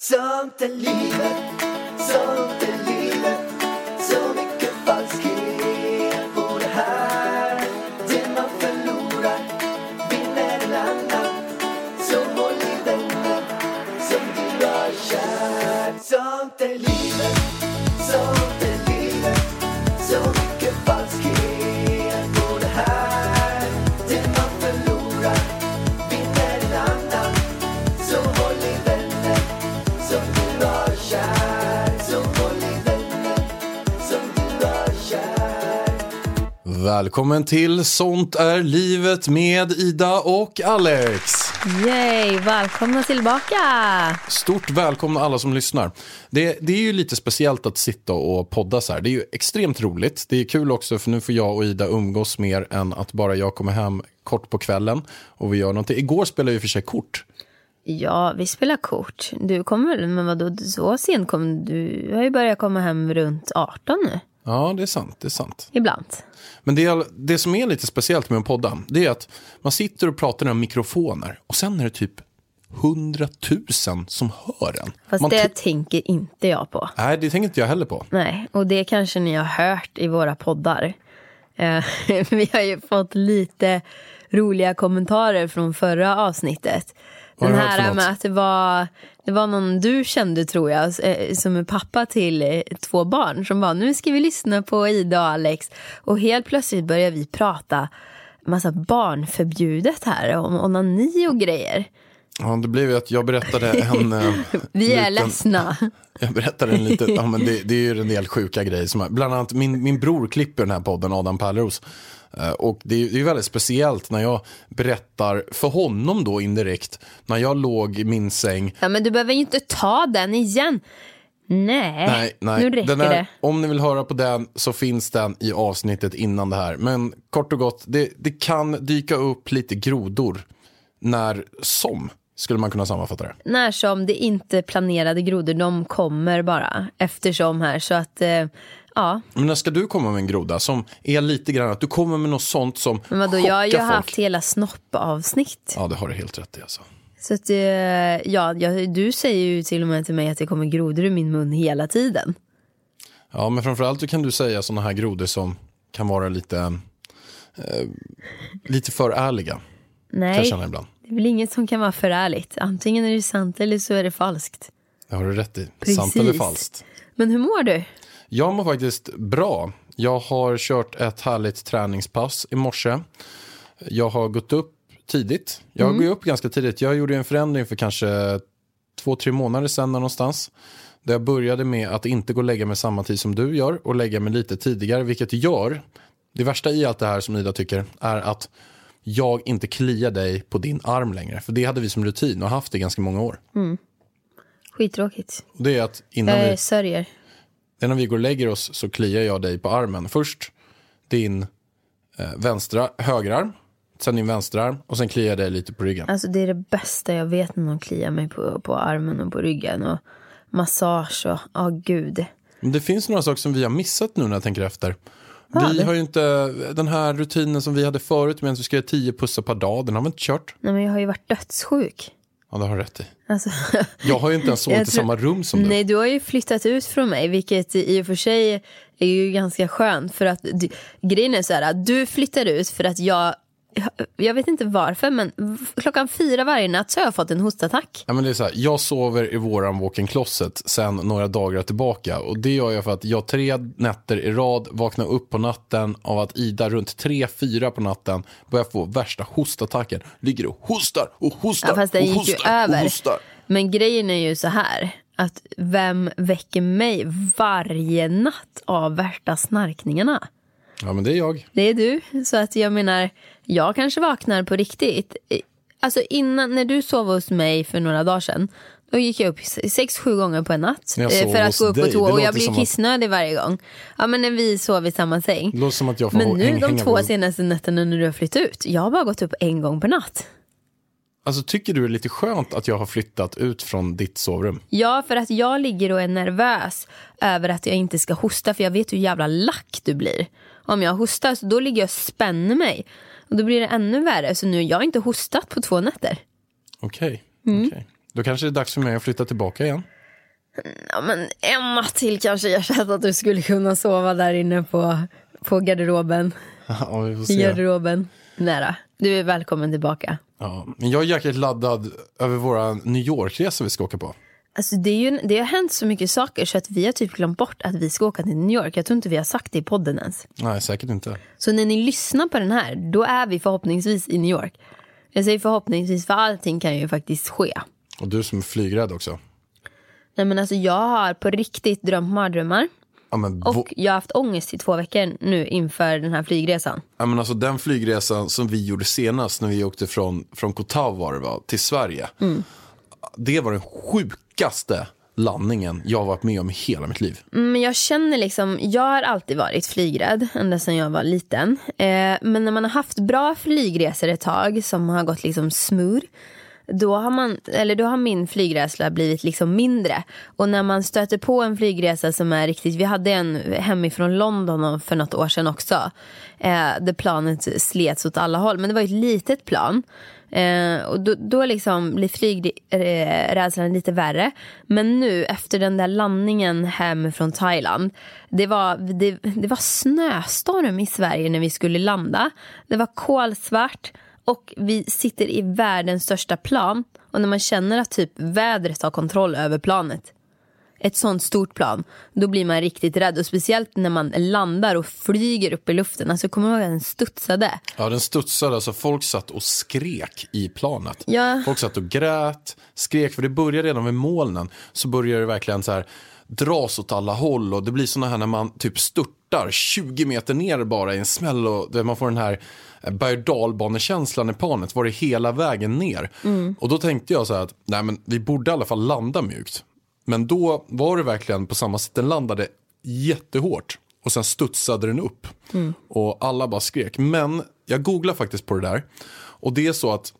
Sånt är livet, sånt är livet. Så mycket falskhet på det här. Det man förlorar vinner en annan. Så håll i vänner som du har kär. Sånt är livet, sånt är livet. Så mycket falskhet på det här. Det man förlorar vinner en annan. Så håll i vänner som du har kär. Så håll i vänner som du har kär. Välkommen till Sånt är livet med Ida och Alex. Yay, välkomna tillbaka. Stort välkomna alla som lyssnar. Det är ju lite speciellt att sitta och podda så här. Det är ju extremt roligt. Det är kul också för nu får jag och Ida umgås mer än att bara jag kommer hem kort på kvällen och vi gör någonting. Igår spelade vi för sig kort. Ja, vi spelar kort. Du kommer, men vadå, så sent kom du? Du har ju börjat komma hem runt 18 nu. Ja, det är sant, det är sant. Ibland. Men det som är lite speciellt med en podda, det är att man sitter och pratar med mikrofoner och sen är det typ 100 000 som hör en. Fast det tänker inte jag på. Nej, det tänker inte jag heller på. Nej, och det kanske ni har hört i våra poddar. Vi har ju fått lite roliga kommentarer från förra avsnittet. Den här med att det var någon du kände, tror jag, som är pappa till 2 barn, som bara, nu ska vi lyssna på Ida och Alex. Och helt plötsligt börjar vi prata massa barnförbjudet här, om onani och grejer. Ja, det blev ju att jag berättade en... Vi är ledsna. Jag berättade en liten... Ja, men det är ju en del sjuka grejer. Som, bland annat min bror klipper den här podden, Adam Pärleros. Och det är väldigt speciellt när jag berättar för honom då indirekt, när jag låg i min säng. Ja, men du behöver ju inte ta den igen. Nej. Nu räcker det. Om ni vill höra på den så finns den i avsnittet innan det här. Men kort och gott, det kan dyka upp lite grodor när som, skulle man kunna sammanfatta det. När som det inte planerade grodor, de kommer bara eftersom här, så att... Ja. Men när ska du komma med en groda som är lite grann att du kommer med något sånt som men vadå, jag har ju haft hela snoppavsnitt. Ja, det har du helt rätt i alltså. Så att, du säger ju till och med till mig att det kommer grodor i min mun hela tiden. Ja, men framförallt så kan du säga såna här grodor som kan vara lite för ärliga. Nej, kan jag känna ibland. Det är väl inget som kan vara för ärligt. Antingen är det sant eller så är det falskt. Det har du rätt i. Precis. Sant eller falskt. Men hur mår du? Jag mår faktiskt bra. Jag har kört ett härligt träningspass i morse. Jag har gått upp tidigt. Jag går upp ganska tidigt. Jag gjorde en förändring för kanske 2-3 månader sedan någonstans. Där jag började med att inte gå och lägga mig samma tid som du gör. Och lägga mig lite tidigare. Vilket gör, det värsta i allt det här som Ida tycker, är att jag inte kliar dig på din arm längre. För det hade vi som rutin och haft det ganska många år. Skittråkigt. Och det är att innan sörjer. När vi går och lägger oss så kliar jag dig på armen. Först din högerarm, sen din vänsterarm och sen kliar jag dig lite på ryggen. Alltså det är det bästa jag vet när någon kliar mig på armen och på ryggen och massage och gud. Men det finns några saker som vi har missat nu när jag tänker efter. Vi har ju inte den här rutinen som vi hade förut med att vi ska göra 10 pussar per dag. Den har vi inte kört. Nej, men jag har ju varit dödssjuk. Ja, det har rätt i. Alltså, jag har ju inte ens sovit i samma rum som du. Nej, du har ju flyttat ut från mig, vilket i och för sig är ju ganska skönt. För att grejen är så här, att du flyttar ut för att jag vet inte varför, men 4:00 varje natt så har jag fått en hostattack. Ja, men det är så här, jag sover i våran walk-in closet sen några dagar tillbaka. Och det gör jag för att jag 3 nätter i rad vaknar upp på natten av att Ida runt 3-4 på natten börjar få värsta hostattacken. Ligger och hostar och hostar, ja, fast den gick ju över. Och hostar. Men grejen är ju så här, att vem väcker mig varje natt av värsta snarkningarna? Ja, men det är jag. Det är du. Så att jag menar, jag kanske vaknar på riktigt. Alltså innan, när du sov hos mig för några dagar sedan, då gick jag upp 6-7 gånger på en natt. För att gå upp på toa. Och jag blir kissnödig varje gång. Ja, men när vi sov i samma säng. Det låter som att jag får men nu de 2 senaste nätterna när du har flyttat ut, jag har bara gått upp 1 gång per natt. Alltså tycker du det är lite skönt att jag har flyttat ut från ditt sovrum? Ja, för att jag ligger och är nervös över att jag inte ska hosta. För jag vet hur jävla lack du blir. Om jag hostar så då ligger jag och spänner mig. Och då blir det ännu värre. Så nu har jag inte hostat på 2 nätter. Okej. Då kanske det är dags för mig att flytta tillbaka igen. Ja, men en natt till kanske. Jag känner att du skulle kunna sova där inne på garderoben. Ja, vi får se. I garderoben. Nära. Du är välkommen tillbaka. Ja, men jag är jäkligt laddad över våra New York-resa vi ska åka på. Alltså det har hänt så mycket saker så att vi har typ glömt bort att vi ska åka till New York. Jag tror inte vi har sagt det i podden ens. Nej, säkert inte. Så när ni lyssnar på den här, då är vi förhoppningsvis i New York. Jag säger förhoppningsvis, för allting kan ju faktiskt ske. Och du som är flygrädd också. Nej, men alltså jag har på riktigt drömt mardrömmar. Ja, men och jag har haft ångest i 2 veckor nu inför den här flygresan. Ja, men alltså den flygresan som vi gjorde senast när vi åkte från Koh Tao till Sverige. Det var den sjukaste landningen jag har varit med om i hela mitt liv. Men jag känner liksom, jag har alltid varit flygrädd ända sedan jag var liten. Men när man har haft bra flygresor ett tag som har gått liksom smooth, då har min flygrädsla blivit liksom mindre. Och när man stöter på en flygresa som är riktigt, vi hade en hemifrån London för något år sedan också, där planet slets åt alla håll, men det var ett litet plan. Och då liksom blir flygrädslan lite värre. Men nu efter den där landningen hem från Thailand, det var snöstorm i Sverige när vi skulle landa. Det var kolsvart. Och vi sitter i världens största plan. Och när man känner att typ vädret har kontroll över planet, ett sånt stort plan, då blir man riktigt rädd. Och speciellt när man landar och flyger upp i luften. Alltså kommer jag ihåg att den studsade. Ja, den studsade. Alltså folk satt och skrek i planet. Ja. Folk satt och grät, skrek. För det började redan med molnen. Så börjar det verkligen så här dras åt alla håll. Och det blir såna här när man typ störtar 20 meter ner bara i en smäll. Och där man får den här berg-dalbanekänslan i planet. Var det hela vägen ner. Och då tänkte jag så här att nej, men vi borde i alla fall landa mjukt. Men då var det verkligen på samma sätt. Den landade jättehårt. Och sen studsade den upp. Och alla bara skrek. Men jag googlade faktiskt på det där. Och det är så att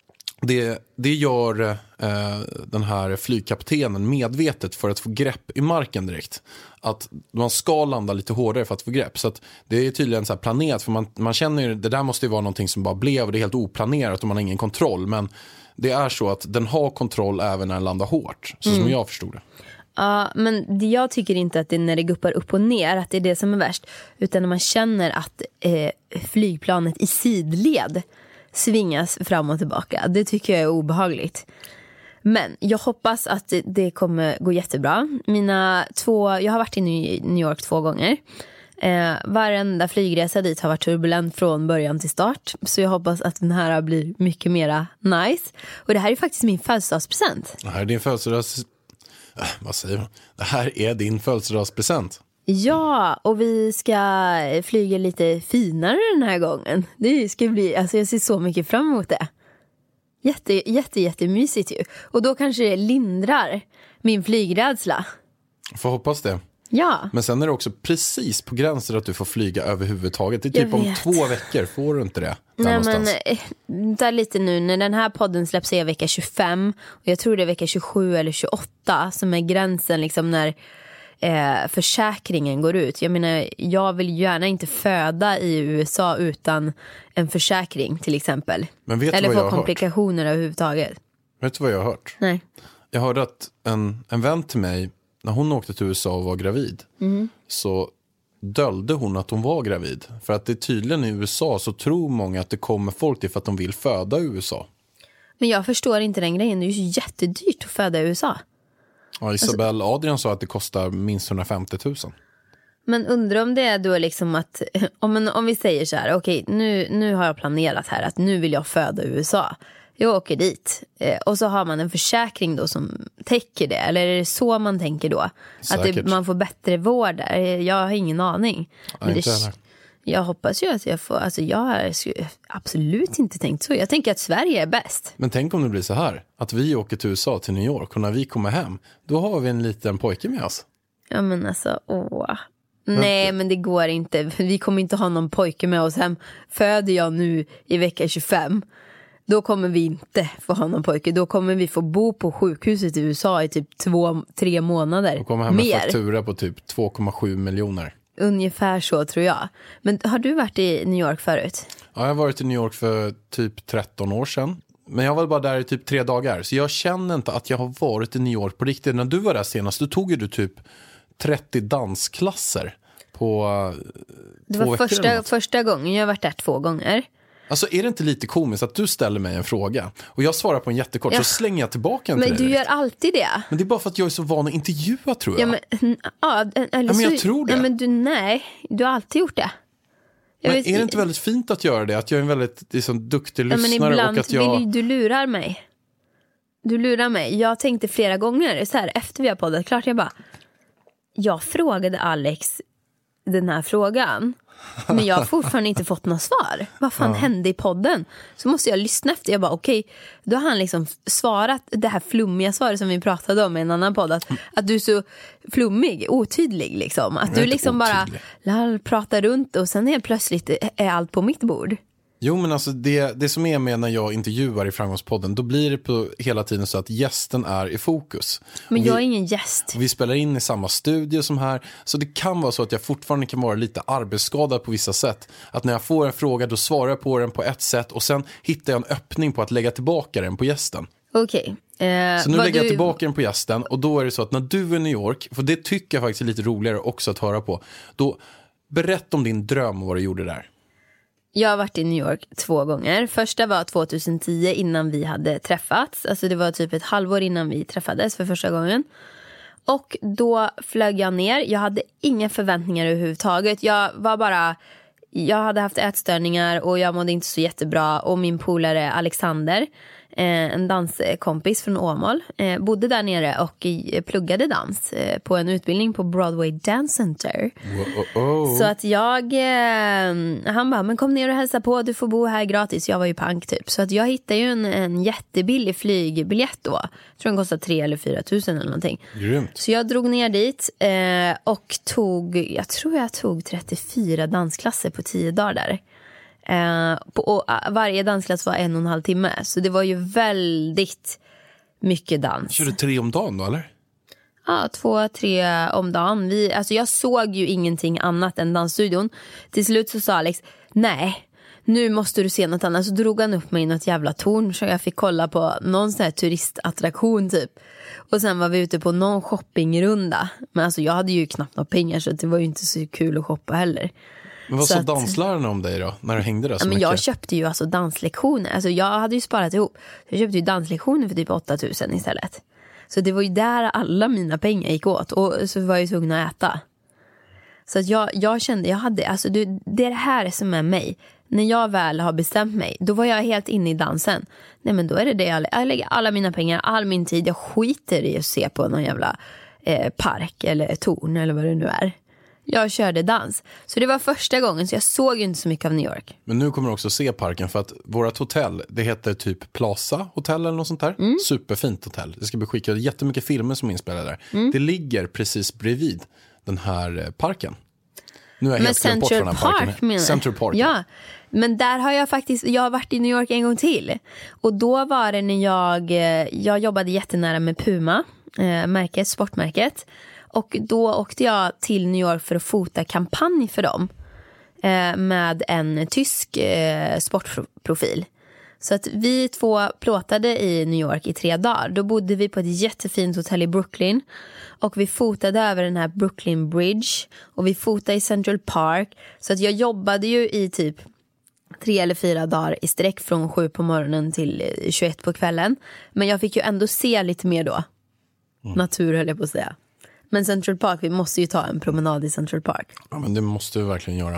det gör den här flygkaptenen medvetet för att få grepp i marken direkt. Att man ska landa lite hårdare för att få grepp. Så att det är tydligen så här planerat. För man känner ju, det där måste ju vara någonting som bara blev. Och det är helt oplanerat och man har ingen kontroll. Men det är så att den har kontroll även när den landar hårt. Så som jag förstod det. Ja, men jag tycker inte att det är när det guppar upp och ner att det är det som är värst. Utan när man känner att flygplanet i sidled svingas fram och tillbaka. Det tycker jag är obehagligt. Men jag hoppas att det kommer gå jättebra. Jag har varit i New York 2 gånger. Varenda flygresa dit har varit turbulent från början till start. Så jag hoppas att den här blir mycket mera nice. Och det här är faktiskt min födelsedagspresent. Det här är din vad säger man? Det här är din födelsedagspresent. Ja, och vi ska flyga lite finare den här gången. Det ska bli, alltså jag ser så mycket fram emot det. Jättemysigt ju. Och då kanske det lindrar min flygrädsla. Får hoppas det. Ja. Men sen är det också precis på gränsen att du får flyga överhuvudtaget. Det är typ om 2 veckor får du inte det. Nej, men där lite nu. När den här podden släpps är vecka 25. Och jag tror det är vecka 27 eller 28 som är gränsen liksom när försäkringen går ut. Jag menar, jag vill gärna inte föda i USA utan en försäkring till exempel. Men vet eller vad få komplikationer överhuvudtaget. Vet du vad jag har hört? Nej. Jag hörde att en vän till mig, när hon åkte till USA och var gravid, så döljde hon att hon var gravid. För att det är tydligen i USA så tror många att det kommer folk till för att de vill föda i USA. Men jag förstår inte den grejen. Det är ju jättedyrt att föda i USA. Ja, Isabel Adrian sa att det kostar minst 150 000. Men undrar om det är då liksom att om vi säger så här, okej, nu har jag planerat här att nu vill jag föda i USA. Jag åker dit och så har man en försäkring då som täcker det. Eller är det så man tänker då? Säkert. Att man får bättre vård där. Jag har ingen aning. Ja, men jag hoppas ju att jag får, alltså jag har absolut inte tänkt så. Jag tänker att Sverige är bäst. Men tänk om det blir så här, att vi åker till USA, till New York, och när vi kommer hem, då har vi en liten pojke med oss. Ja, men alltså, nej, men det går inte. Vi kommer inte ha någon pojke med oss hem. Föder jag nu i vecka 25, då kommer vi inte få ha någon pojke. Då kommer vi få bo på sjukhuset i USA i typ 2-3 månader. Och kommer hem med faktura på typ 2,7 miljoner. Ungefär så tror jag. Men har du varit i New York förut? Ja, jag har varit i New York för typ 13 år sedan. Men jag var bara där i typ 3 dagar. Så jag känner inte att jag har varit i New York på riktigt. När du var där senast, då tog ju du typ 30 dansklasser på 2 veckor. Det var första gången. Jag har varit där 2 gånger. Alltså är det inte lite komiskt att du ställer mig en fråga och jag svarar på en jättekort, så slänger jag tillbaka en till dig. Men du gör alltid det. Men det är bara för att jag är så van att intervjua, tror jag. Men jag tror det. Ja, men du har alltid gjort det. Men är det inte väldigt fint att göra det? Att jag är en väldigt liksom, duktig lyssnare. Men ibland och att jag... du lurar mig. Du lurar mig. Jag tänkte flera gånger så här, efter vi har poddat klart, jag frågade Alex den här frågan, men jag har fortfarande inte fått något svar. Vad fan hände i podden? Så måste jag lyssna efter. Jag bara okej, då har han liksom svarat det här flummiga svaret som vi pratade om i en annan podd, att du är så flummig, otydlig liksom. Att du liksom bara pratar runt och sen helt plötsligt är allt på mitt bord. Jo, men alltså det som är med när jag intervjuar i Framgångspodden, då blir det på hela tiden så att gästen är i fokus. Men jag är ingen gäst. Vi spelar in i samma studio som här, så det kan vara så att jag fortfarande kan vara lite arbetsskadad på vissa sätt. Att när jag får en fråga, då svarar jag på den på ett sätt och sen hittar jag en öppning på att lägga tillbaka den på gästen. Okej. Så nu lägger jag tillbaka den på gästen, och då är det så att när du är i New York, för det tycker jag faktiskt är lite roligare också att höra på, då berätta om din dröm och vad du gjorde där. Jag har varit i New York 2 gånger. Första var 2010 innan vi hade träffats. Alltså det var typ ett halvår innan vi träffades för första gången. Och då flög jag ner. Jag hade inga förväntningar överhuvudtaget. Jag hade haft ätstörningar och jag mådde inte så jättebra. Och min polare Alexander, en danskompis från Åmål, bodde där nere och pluggade dans på en utbildning på Broadway Dance Center. Så att han bara, men kom ner och hälsa på, du får bo här gratis. Jag var ju pank typ. Så att jag hittade ju en jättebillig flygbiljett då. Jag tror den kostade 3 eller 4 tusen eller någonting. Grymt. Så jag drog ner dit och jag tror jag tog 34 dansklasser på 10 dagar där. Och varje dansklass var 1,5 timme. Så det var ju väldigt mycket dans. Kör du 3 om dagen då, eller? Ja, 2-3 om dagen. Jag såg ju ingenting annat än dansstudion. Till slut så sa Alex, nej, nu måste du se något annat. Så drog han upp mig i något jävla torn, så jag fick kolla på någon sån här turistattraktion typ. Och sen var vi ute på någon shoppingrunda. Men alltså jag hade ju knappt några pengar, så det var ju inte så kul att shoppa heller. Men vad sa danslärarna om dig då, när du hängde där så mycket? Jag köpte ju alltså danslektioner. Alltså jag hade ju sparat ihop. Jag köpte ju danslektioner för typ 8 000 istället. Så det var ju där alla mina pengar gick åt. Och så var jag ju tvungen att äta. Så att jag kände, alltså det är det här som är mig. När jag väl har bestämt mig, då var jag helt inne i dansen. Nej, men då är det jag lägger alla mina pengar, all min tid. Jag skiter i att se på någon jävla park eller torn eller vad det nu är. Jag körde dans. Så det var första gången, så jag såg ju inte så mycket av New York. Men nu kommer du också se parken, för att vårt hotell, det heter typ Plaza Hotel eller något sånt där. Superfint hotell. Det ska bli skickat jättemycket filmer som är inspelade där. Det ligger precis bredvid den här parken. Nu är jag helt glömt bort från den här parken. Central Park. Ja, men där har jag har varit i New York en gång till. Och då var det när jag jobbade jättenära med Puma, sportmärket. Och då åkte jag till New York för att fota kampanj för dem. Med en tysk sportprofil. Så att vi 2 plåtade i New York i 3 dagar. Då bodde vi på ett jättefint hotell i Brooklyn. Och vi fotade över den här Brooklyn Bridge. Och vi fotade i Central Park. Så att jag jobbade ju i typ 3 eller 4 dagar i sträck från 7 på morgonen till 21 på kvällen. Men jag fick ju ändå se lite mer då. Natur höll jag på att säga. Men Central Park, vi måste ju ta en promenad i Central Park. Ja, men det måste vi verkligen göra.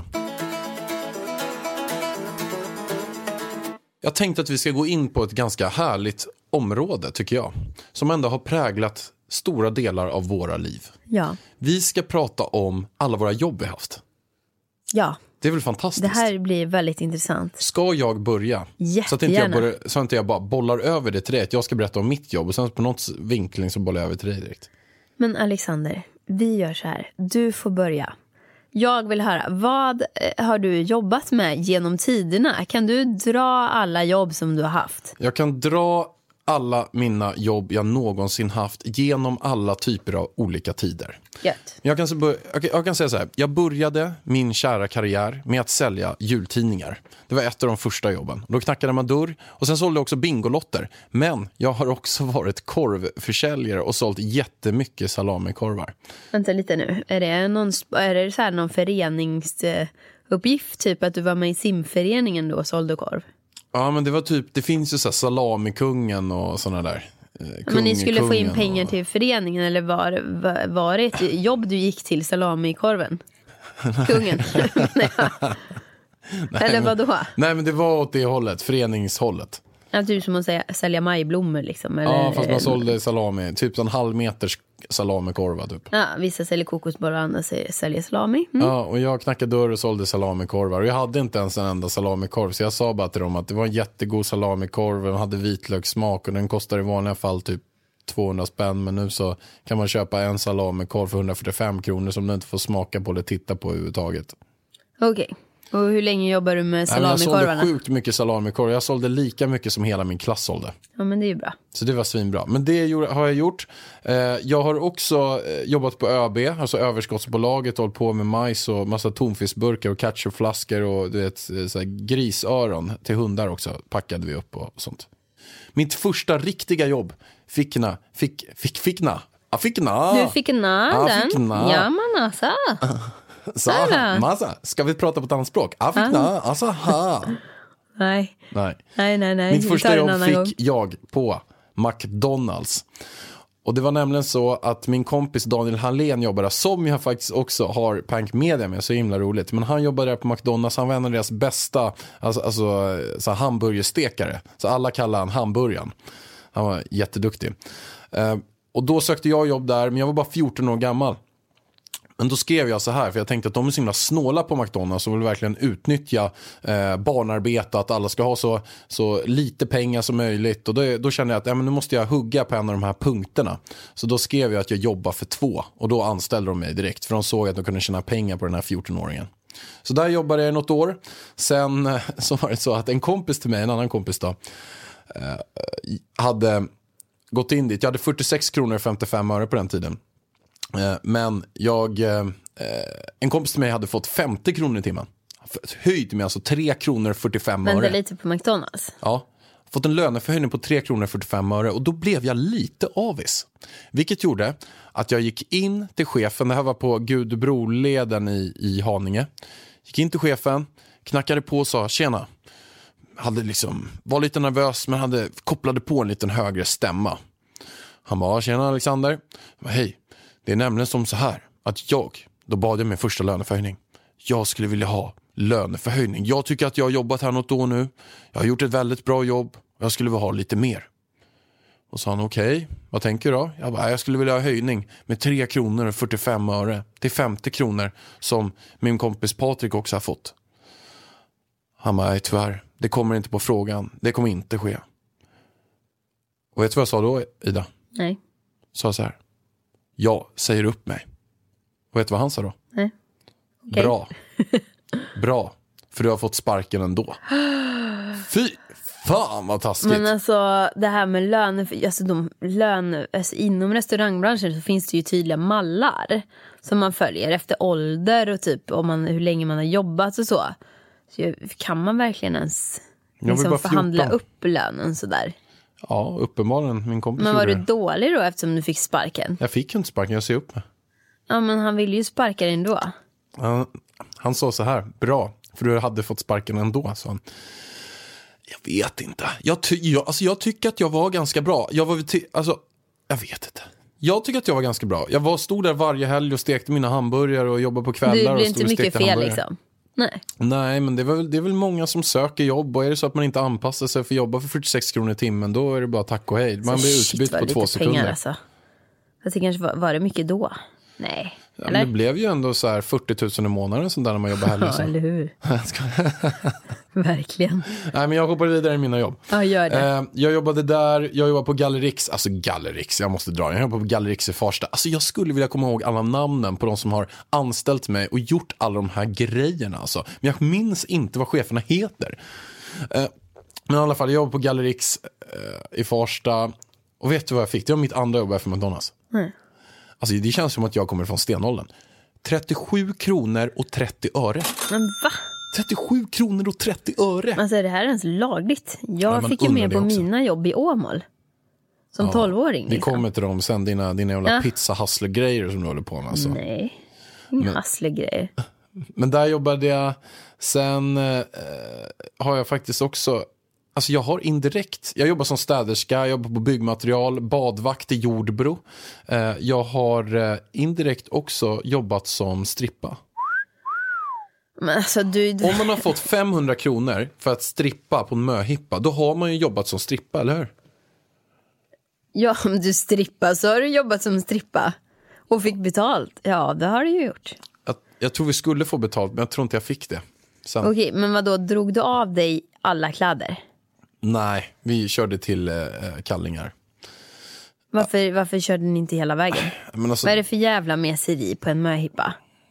Jag tänkte att vi ska gå in på ett ganska härligt område, tycker jag. Som ändå har präglat stora delar av våra liv. Ja. Vi ska prata om alla våra jobb vi haft. Ja. Det är väl fantastiskt. Det här blir väldigt intressant. Ska jag börja? Jättegärna. Så att inte jag bara bollar över det till dig. Att jag ska berätta om mitt jobb och sen på något vinkling så bollar jag över till dig direkt. Men Alexander, vi gör så här. Du får börja. Jag vill höra, vad har du jobbat med genom tiderna? Kan du dra alla jobb som du har haft? Jag kan dra alla mina jobb jag någonsin haft genom alla typer av olika tider. Gött. Jag kan säga så här, jag började min kära karriär med att sälja jultidningar. Det var ett av de första jobben. Då knackade man dörr och sen sålde jag också bingolotter. Men jag har också varit korvförsäljare och sålt jättemycket salamikorvar. Vänta lite nu, är det så här någon föreningsuppgift typ att du var med i simföreningen då och sålde korv? Ja, men det var typ, det finns ju så här salamikungen och såna där. Men ni skulle få in pengar till föreningen eller var det ett jobb du gick till salamikorven? Kungen? Eller vad då? Nej, men det var åt det hållet, föreningshållet. Att du som att sälja majblommor liksom? Eller, ja, fast man sålde salami, typ en halvmeters salamikorva typ. Ja, vissa säljer kokosbollar och andra säljer salami. Ja, och jag knackade dörr och sålde salamikorvar. Och jag hade inte ens en enda salamikorv, så jag sa bara till dem att det var en jättegod salamikorv. Den hade vitlökssmak och den kostar i vanliga fall typ 200 spänn. Men nu så kan man köpa en salamikorv för 145 kronor som du inte får smaka på eller titta på överhuvudtaget. Okej. Och hur länge jobbar du med salamikorvarna? Jag sålde sjukt mycket salamikorv. Jag sålde lika mycket som hela min klass sålde. Ja, men det är ju bra. Så det var svinbra. Men det har jag gjort. Jag har också jobbat på ÖB, alltså överskottsbolaget, hållit på med majs och massa tonfiskburkar och ketchupflaskor och du vet, så här grisöron till hundar också packade vi upp och sånt. Mitt första riktiga jobb fick na. Du fick na den? Ja, man alltså. Massa. Ska vi prata på ett annat språk? Nej. Mitt första jobb fick jag på McDonalds. Och det var nämligen så att min kompis Daniel Hallén jobbade, som jag faktiskt också har Pank Media med, så himla roligt. Men han jobbade där på McDonalds, han var en av deras bästa så hamburgerstekare. Så alla kallar han hamburgaren. Han var jätteduktig. Och då sökte jag jobb där, men jag var bara 14 år gammal. Men då skrev jag så här, för jag tänkte att de är så himla snåla på McDonalds och vill verkligen utnyttja barnarbete, att alla ska ha så lite pengar som möjligt. Och då kände jag att nu måste jag hugga på en av de här punkterna. Så då skrev jag att jag jobbar för 2 och då anställde de mig direkt, för de såg att de kunde tjäna pengar på den här 14-åringen. Så där jobbade jag något år. Sen så var det så att en kompis till mig, en annan kompis då, hade gått in dit. Jag hade 46 kronor och 55 öre på den tiden. Men en kompis till mig hade fått 50 kronor i timmen. Höjt med alltså 3 kronor 45 öre. Men det är lite på McDonalds. Ja, fått en löneförhöjning på 3 kronor 45 öre. Och då blev jag lite avis. Vilket gjorde att jag gick in till chefen. Det här var på Gudbroleden i Haninge. Gick in till chefen, knackade på och sa tjena. Var lite nervös men kopplade på en liten högre stämma. Han bara, tjena Alexander. Hej. Det är nämligen som så här att då bad jag min första löneförhöjning. Jag skulle vilja ha löneförhöjning. Jag tycker att jag har jobbat här något år nu. Jag har gjort ett väldigt bra jobb och jag skulle vilja ha lite mer. Och sa han, okej, vad tänker du då? Jag bara, jag skulle vilja ha höjning med 3 kronor och 45 öre till 50 kronor som min kompis Patrik också har fått. Han bara, tyvärr, det kommer inte på frågan. Det kommer inte ske. Och vet du vad jag sa då, Ida? Nej. Sa så här. Jag säger upp mig. Och vet du vad han sa då? Nej. Okay. Bra. För du har fått sparken ändå. Fy fan vad taskigt. Men alltså det här med lön, inom restaurangbranschen så finns det ju tydliga mallar som man följer efter ålder och typ hur länge man har jobbat och så. Så kan man verkligen ens förhandla upp lönen sådär? Ja, uppenbarligen. Min kompis. Men var du dålig då eftersom du fick sparken? Jag fick ju inte sparken, jag ser upp mig. Ja, men han ville ju sparka dig ändå. Han sa så här, bra, för du hade fått sparken ändå, så han. Jag vet inte. Jag tycker att jag var ganska bra. Jag vet inte. Jag tycker att jag var ganska bra. Jag stod där varje helg och stekte mina hamburgare och jobbade på kvällar. Det blir och inte mycket fel hamburgare. Liksom. Nej, men det är väl många som söker jobb. Och är det så att man inte anpassar sig för att jobba för 46 kronor i timmen, då är det bara tack och hej. Man blir utbytt på 2 sekunder. Pengar, alltså. Jag tycker kanske var det mycket då? Nej. Ja, men det blev ju ändå så här 40 000 i månaden sånt där när man jobbar helg. Ja, eller hur? Verkligen. Nej, men jag hoppade vidare i mina jobb. Ja, gör det. Jag jobbade där, jag jobbade på Gallerix. Alltså Gallerix, jag måste dra. Jag jobbade på Gallerix i Farsta. Alltså jag skulle vilja komma ihåg alla namnen på de som har anställt mig och gjort alla de här grejerna. Alltså. Men jag minns inte vad cheferna heter. Men i alla fall, jag jobbade på Gallerix i Farsta. Och vet du vad jag fick? Det var mitt andra jobb för McDonalds. Alltså det känns som att jag kommer från stenåldern. 37 kronor och 30 öre. Men va? 37 kronor och 30 öre. Alltså är det här ens lagligt? Jag fick ju med på mina jobb i Åmål. Som 12-åring. Vi kommer till dem sen, dina jävla pizza-hustler-grejer som du håller på med. Alltså. Nej, inga hustler-grejer. Men där jobbade jag. Sen har jag faktiskt också... Alltså jag har indirekt... Jag jobbar som städerska, jag jobbar på byggmaterial, badvakt i Jordbro. Jag har indirekt också jobbat som strippa. Men alltså, Om man har fått 500 kronor för att strippa på en möhippa, då har man ju jobbat som strippa, eller hur? Ja, om du strippar så har du jobbat som strippa. Och fick betalt. Ja, det har du ju gjort. Jag tror vi skulle få betalt, men jag tror inte jag fick det. Okej, men vad då? Drog du av dig alla kläder? Nej, vi körde till kallingar. Varför körde ni inte hela vägen? Men alltså, vad är det för jävla meseri på en möhippa?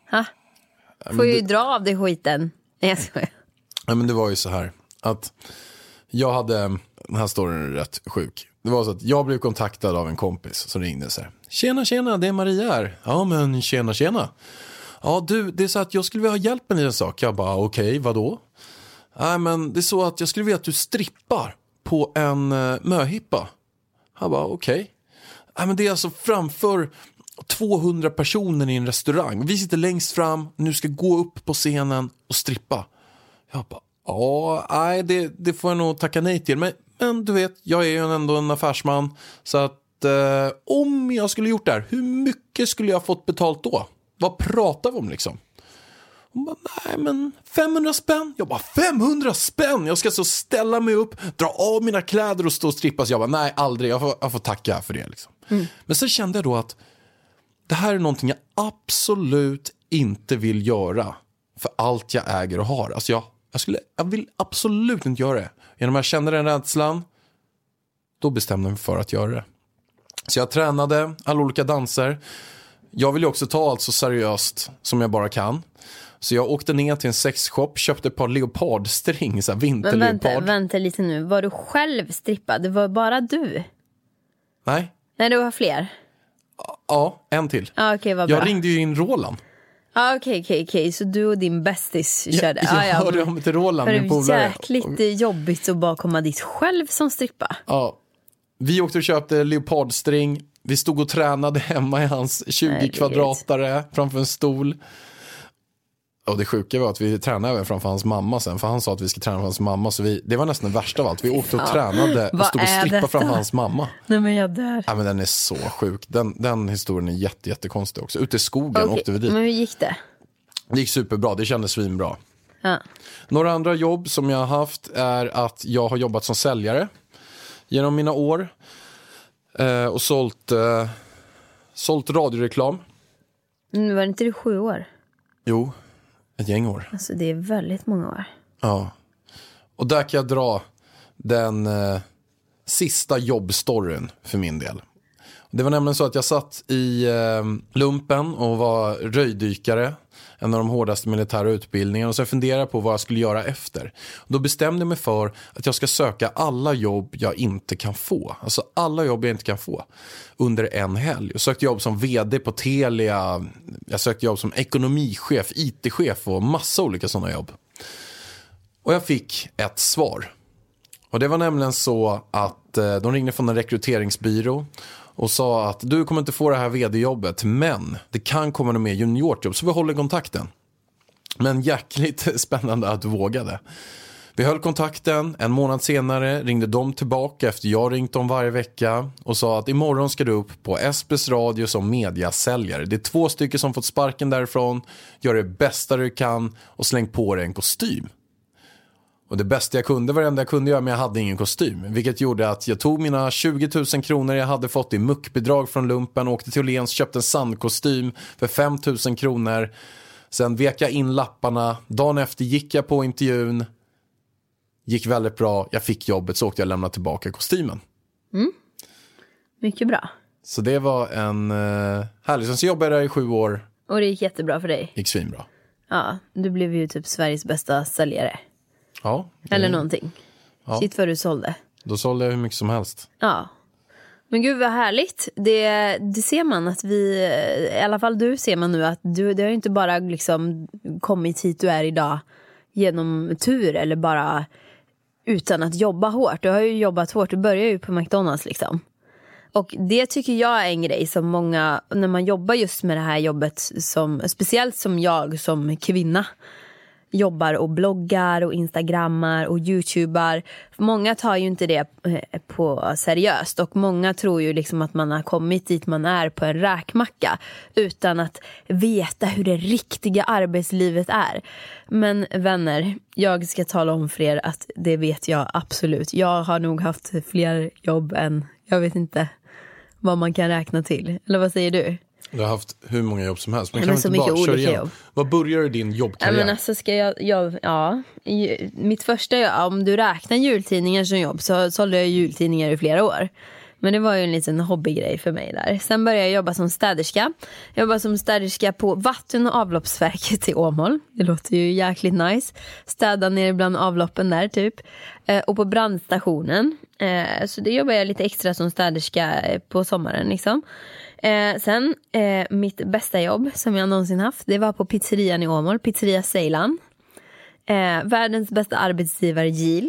Får ju dra av dig skiten. Nej, jag skojar. Ja, men det var ju så här att jag hade, den här storyn är rätt sjuk. Det var så att jag blev kontaktad av en kompis som ringde så här. Tjena, det är Maria här. Ja, men tjena. Ja, du, det är så att jag skulle vilja ha hjälp med en sak. Jag bara, okej, vadå? Nej, men det är så att jag skulle vilja att du strippar på en möhippa. Jag bara, okej. Nej, men det är alltså framför 200 personer i en restaurang. Vi sitter längst fram, nu ska gå upp på scenen och strippa. Jag bara, ja, nej, det får jag nog tacka nej till. Men du vet, jag är ju ändå en affärsman. Så att om jag skulle gjort det här, hur mycket skulle jag fått betalt då? Vad pratar vi om liksom? Hon bara, nej men 500 spänn. Jag bara, 500 spänn? Jag ska så ställa mig upp, dra av mina kläder och stå och strippa. Så jag bara, nej aldrig, jag får tacka för det liksom. Men sen kände jag då att det här är någonting jag absolut inte vill göra för allt jag äger och har. Alltså jag vill absolut inte göra det. Genom att jag kände den rädslan, då bestämde jag mig för att göra det. Så jag tränade alla olika danser. Jag vill ju också ta allt så seriöst som jag bara kan. Så jag åkte ner till en sexshop, köpte ett par leopardstring, så här vinterleopard. Men vänta lite nu, var du själv strippad? Det var bara du? Nej, det var fler? Ja, en till. Okay, vad bra. Jag ringde ju in Roland. Okej, så du och din bästis körde. Jag hörde om till Roland, min polare. För det är jäkligt jobbigt att bara komma dit själv som strippa. Ja, vi åkte och köpte leopardstring. Vi stod och tränade hemma i hans 20 kvadratare framför en stol. Och det sjuka var att vi tränade även framför hans mamma sen. För han sa att vi ska träna framför hans mamma. Så det var nästan det värsta av allt. Vi åkte och tränade och stod och strippade framför hans mamma. Nej, men jag dör. Ja, men den är så sjuk. Den historien är jättekonstig också. Ute i skogen åkte vi dit. Men hur gick det? Det gick superbra, det kändes svinbra. Ja. Några andra jobb som jag har haft är att jag har jobbat som säljare genom mina år. Och sålt radioreklam. Var inte det 7 år? Jo, ett gäng år. Alltså det är väldigt många år. Ja. Och där kan jag dra den sista jobbstoryn för min del. Det var nämligen så att jag satt i lumpen och var röjdykare. En av de hårdaste militära utbildningarna. Och så funderade jag på vad jag skulle göra efter. Och då bestämde jag mig för att jag ska söka alla jobb jag inte kan få. Alltså alla jobb jag inte kan få. Under en helg. Jag sökte jobb som vd på Telia. Jag sökte jobb som ekonomichef, IT-chef och massa olika sådana jobb. Och jag fick ett svar. Och det var nämligen så att de ringde från en rekryteringsbyrå. Och sa att du kommer inte få det här vd-jobbet, men det kan komma något mer juniorjobb, så vi håller kontakten. Men jäkligt spännande att du vågade. Vi höll kontakten, en månad senare ringde de tillbaka efter jag ringt dem varje vecka och sa att imorgon ska du upp på SBS Radio som mediasäljare. Det är 2 stycken som fått sparken därifrån, gör det bästa du kan och släng på dig en kostym. Och det bästa jag kunde var det enda jag kunde göra, men jag hade ingen kostym. Vilket gjorde att jag tog mina 20 000 kronor jag hade fått i muckbidrag från lumpen, åkte till Åhléns, köpte en sandkostym för 5 000 kronor. Sen vek jag in lapparna. Dagen efter gick jag på intervjun. Gick väldigt bra. Jag fick jobbet, så åkte jag lämna tillbaka kostymen. Mycket bra. Så det var en härlig. Sen så jobbade jag där i 7 år. Och det gick jättebra för dig. Gick svinbra. Ja, du blev ju typ Sveriges bästa säljare. Ja. Eller någonting. Ja. Shit vad du sålde. Då sålde jag hur mycket som helst. Ja. Men gud vad härligt. Det ser man att vi, i alla fall du ser man nu att det har inte bara liksom kommit hit du är idag genom tur eller bara utan att jobba hårt. Du har ju jobbat hårt, du börjar ju på McDonald's liksom. Och det tycker jag är en grej som många, när man jobbar just med det här jobbet, som, speciellt som jag som kvinna, jobbar och bloggar och instagrammar och youtubar. Många tar ju inte det på seriöst och många tror ju liksom att man har kommit dit man är på en räkmacka utan att veta hur det riktiga arbetslivet är. Men vänner, jag ska tala om för er att det vet jag absolut. Jag har nog haft fler jobb än, jag vet inte vad man kan räkna till. Eller vad säger du? Du har haft hur många jobb som helst. Men ja, kan men så inte mycket bara köra igen? jobb. Vad börjar din jobbkarriär? Ja, men alltså ska ja, mitt första, om du räknar jultidningar som jobb så sålde jag jultidningar i flera år. Men det var ju en liten hobbygrej för mig där. Sen började jag jobba som städerska. Jag jobbade som städerska på vatten- och avloppsverket i Åmål. Det låter ju jäkligt nice. Städa ner bland avloppen där typ. Och på brandstationen. Så det jobbade jag lite extra som städerska på sommaren liksom. Sen mitt bästa jobb som jag någonsin haft, det var på pizzerian i Åmål, pizzeria Ceylan. Världens bästa arbetsgivare Gil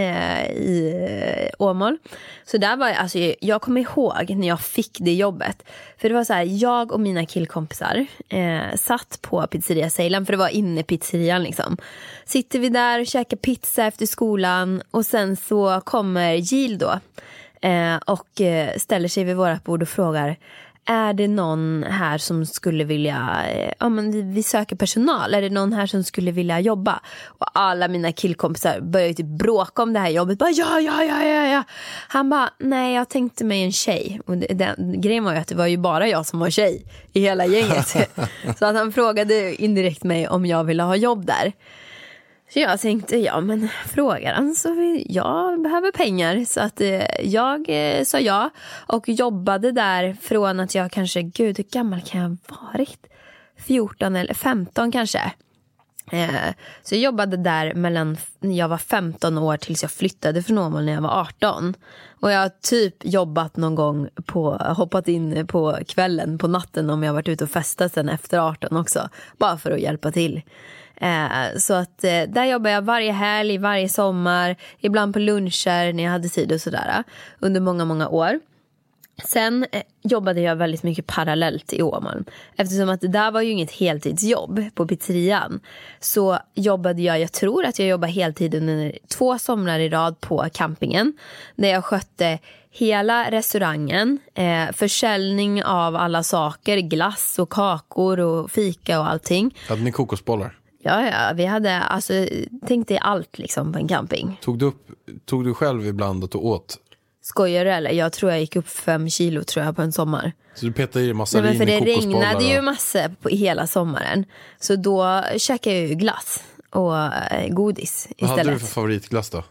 i Åmål. Så där var jag, alltså jag kommer ihåg när jag fick det jobbet. För det var så här, jag och mina killkompisar satt på pizzeria Ceylan, för det var inne pizzerian liksom. Sitter vi där och käkar pizza efter skolan och sen så kommer Gil då och ställer sig vid vårat bord och frågar: är det någon här som skulle vilja, vi söker personal, är det någon här som skulle vilja jobba? Och alla mina killkompisar började typ bråka om det här jobbet. Bara, ja. Han bara, nej, jag tänkte mig en tjej. Och den grejen var ju att det var ju bara jag som var tjej i hela gänget. Så att han frågade indirekt mig om jag ville ha jobb där. Så jag tänkte, men frågar han så jag behöver pengar. Så att jag sa ja och jobbade där från att jag kanske, gud hur gammal kan jag ha varit? 14 eller 15 kanske. Så jag jobbade där mellan jag var 15 år tills jag flyttade från Åmål när jag var 18. Och jag har typ jobbat någon gång hoppat in på kvällen, på natten om jag varit ute och festat sen efter 18 också. Bara för att hjälpa till. Så att där jobbar jag varje helg, varje sommar, ibland på luncher när jag hade tid och sådär, under många år. Sen jobbade jag väldigt mycket parallellt i Åmål. Eftersom att det där var ju inget heltidsjobb på pizzerian, så jobbade jag tror att jag jobbade heltid under 2 somrar i rad på campingen. Där jag skötte hela restaurangen, försäljning av alla saker, glass och kakor och fika och allting. Hade ni kokosbollar? Ja, vi hade, alltså, tänkte allt liksom på en camping. Tog du själv ibland att du åt? Skojar du eller? Jag tror jag gick upp 5 kilo tror jag på en sommar. Så du petade i massa vin i kokosbollar? För det regnade ju och... massor på hela sommaren. Så då käkade jag ju glass och godis istället. Vad hade du för favoritglass då?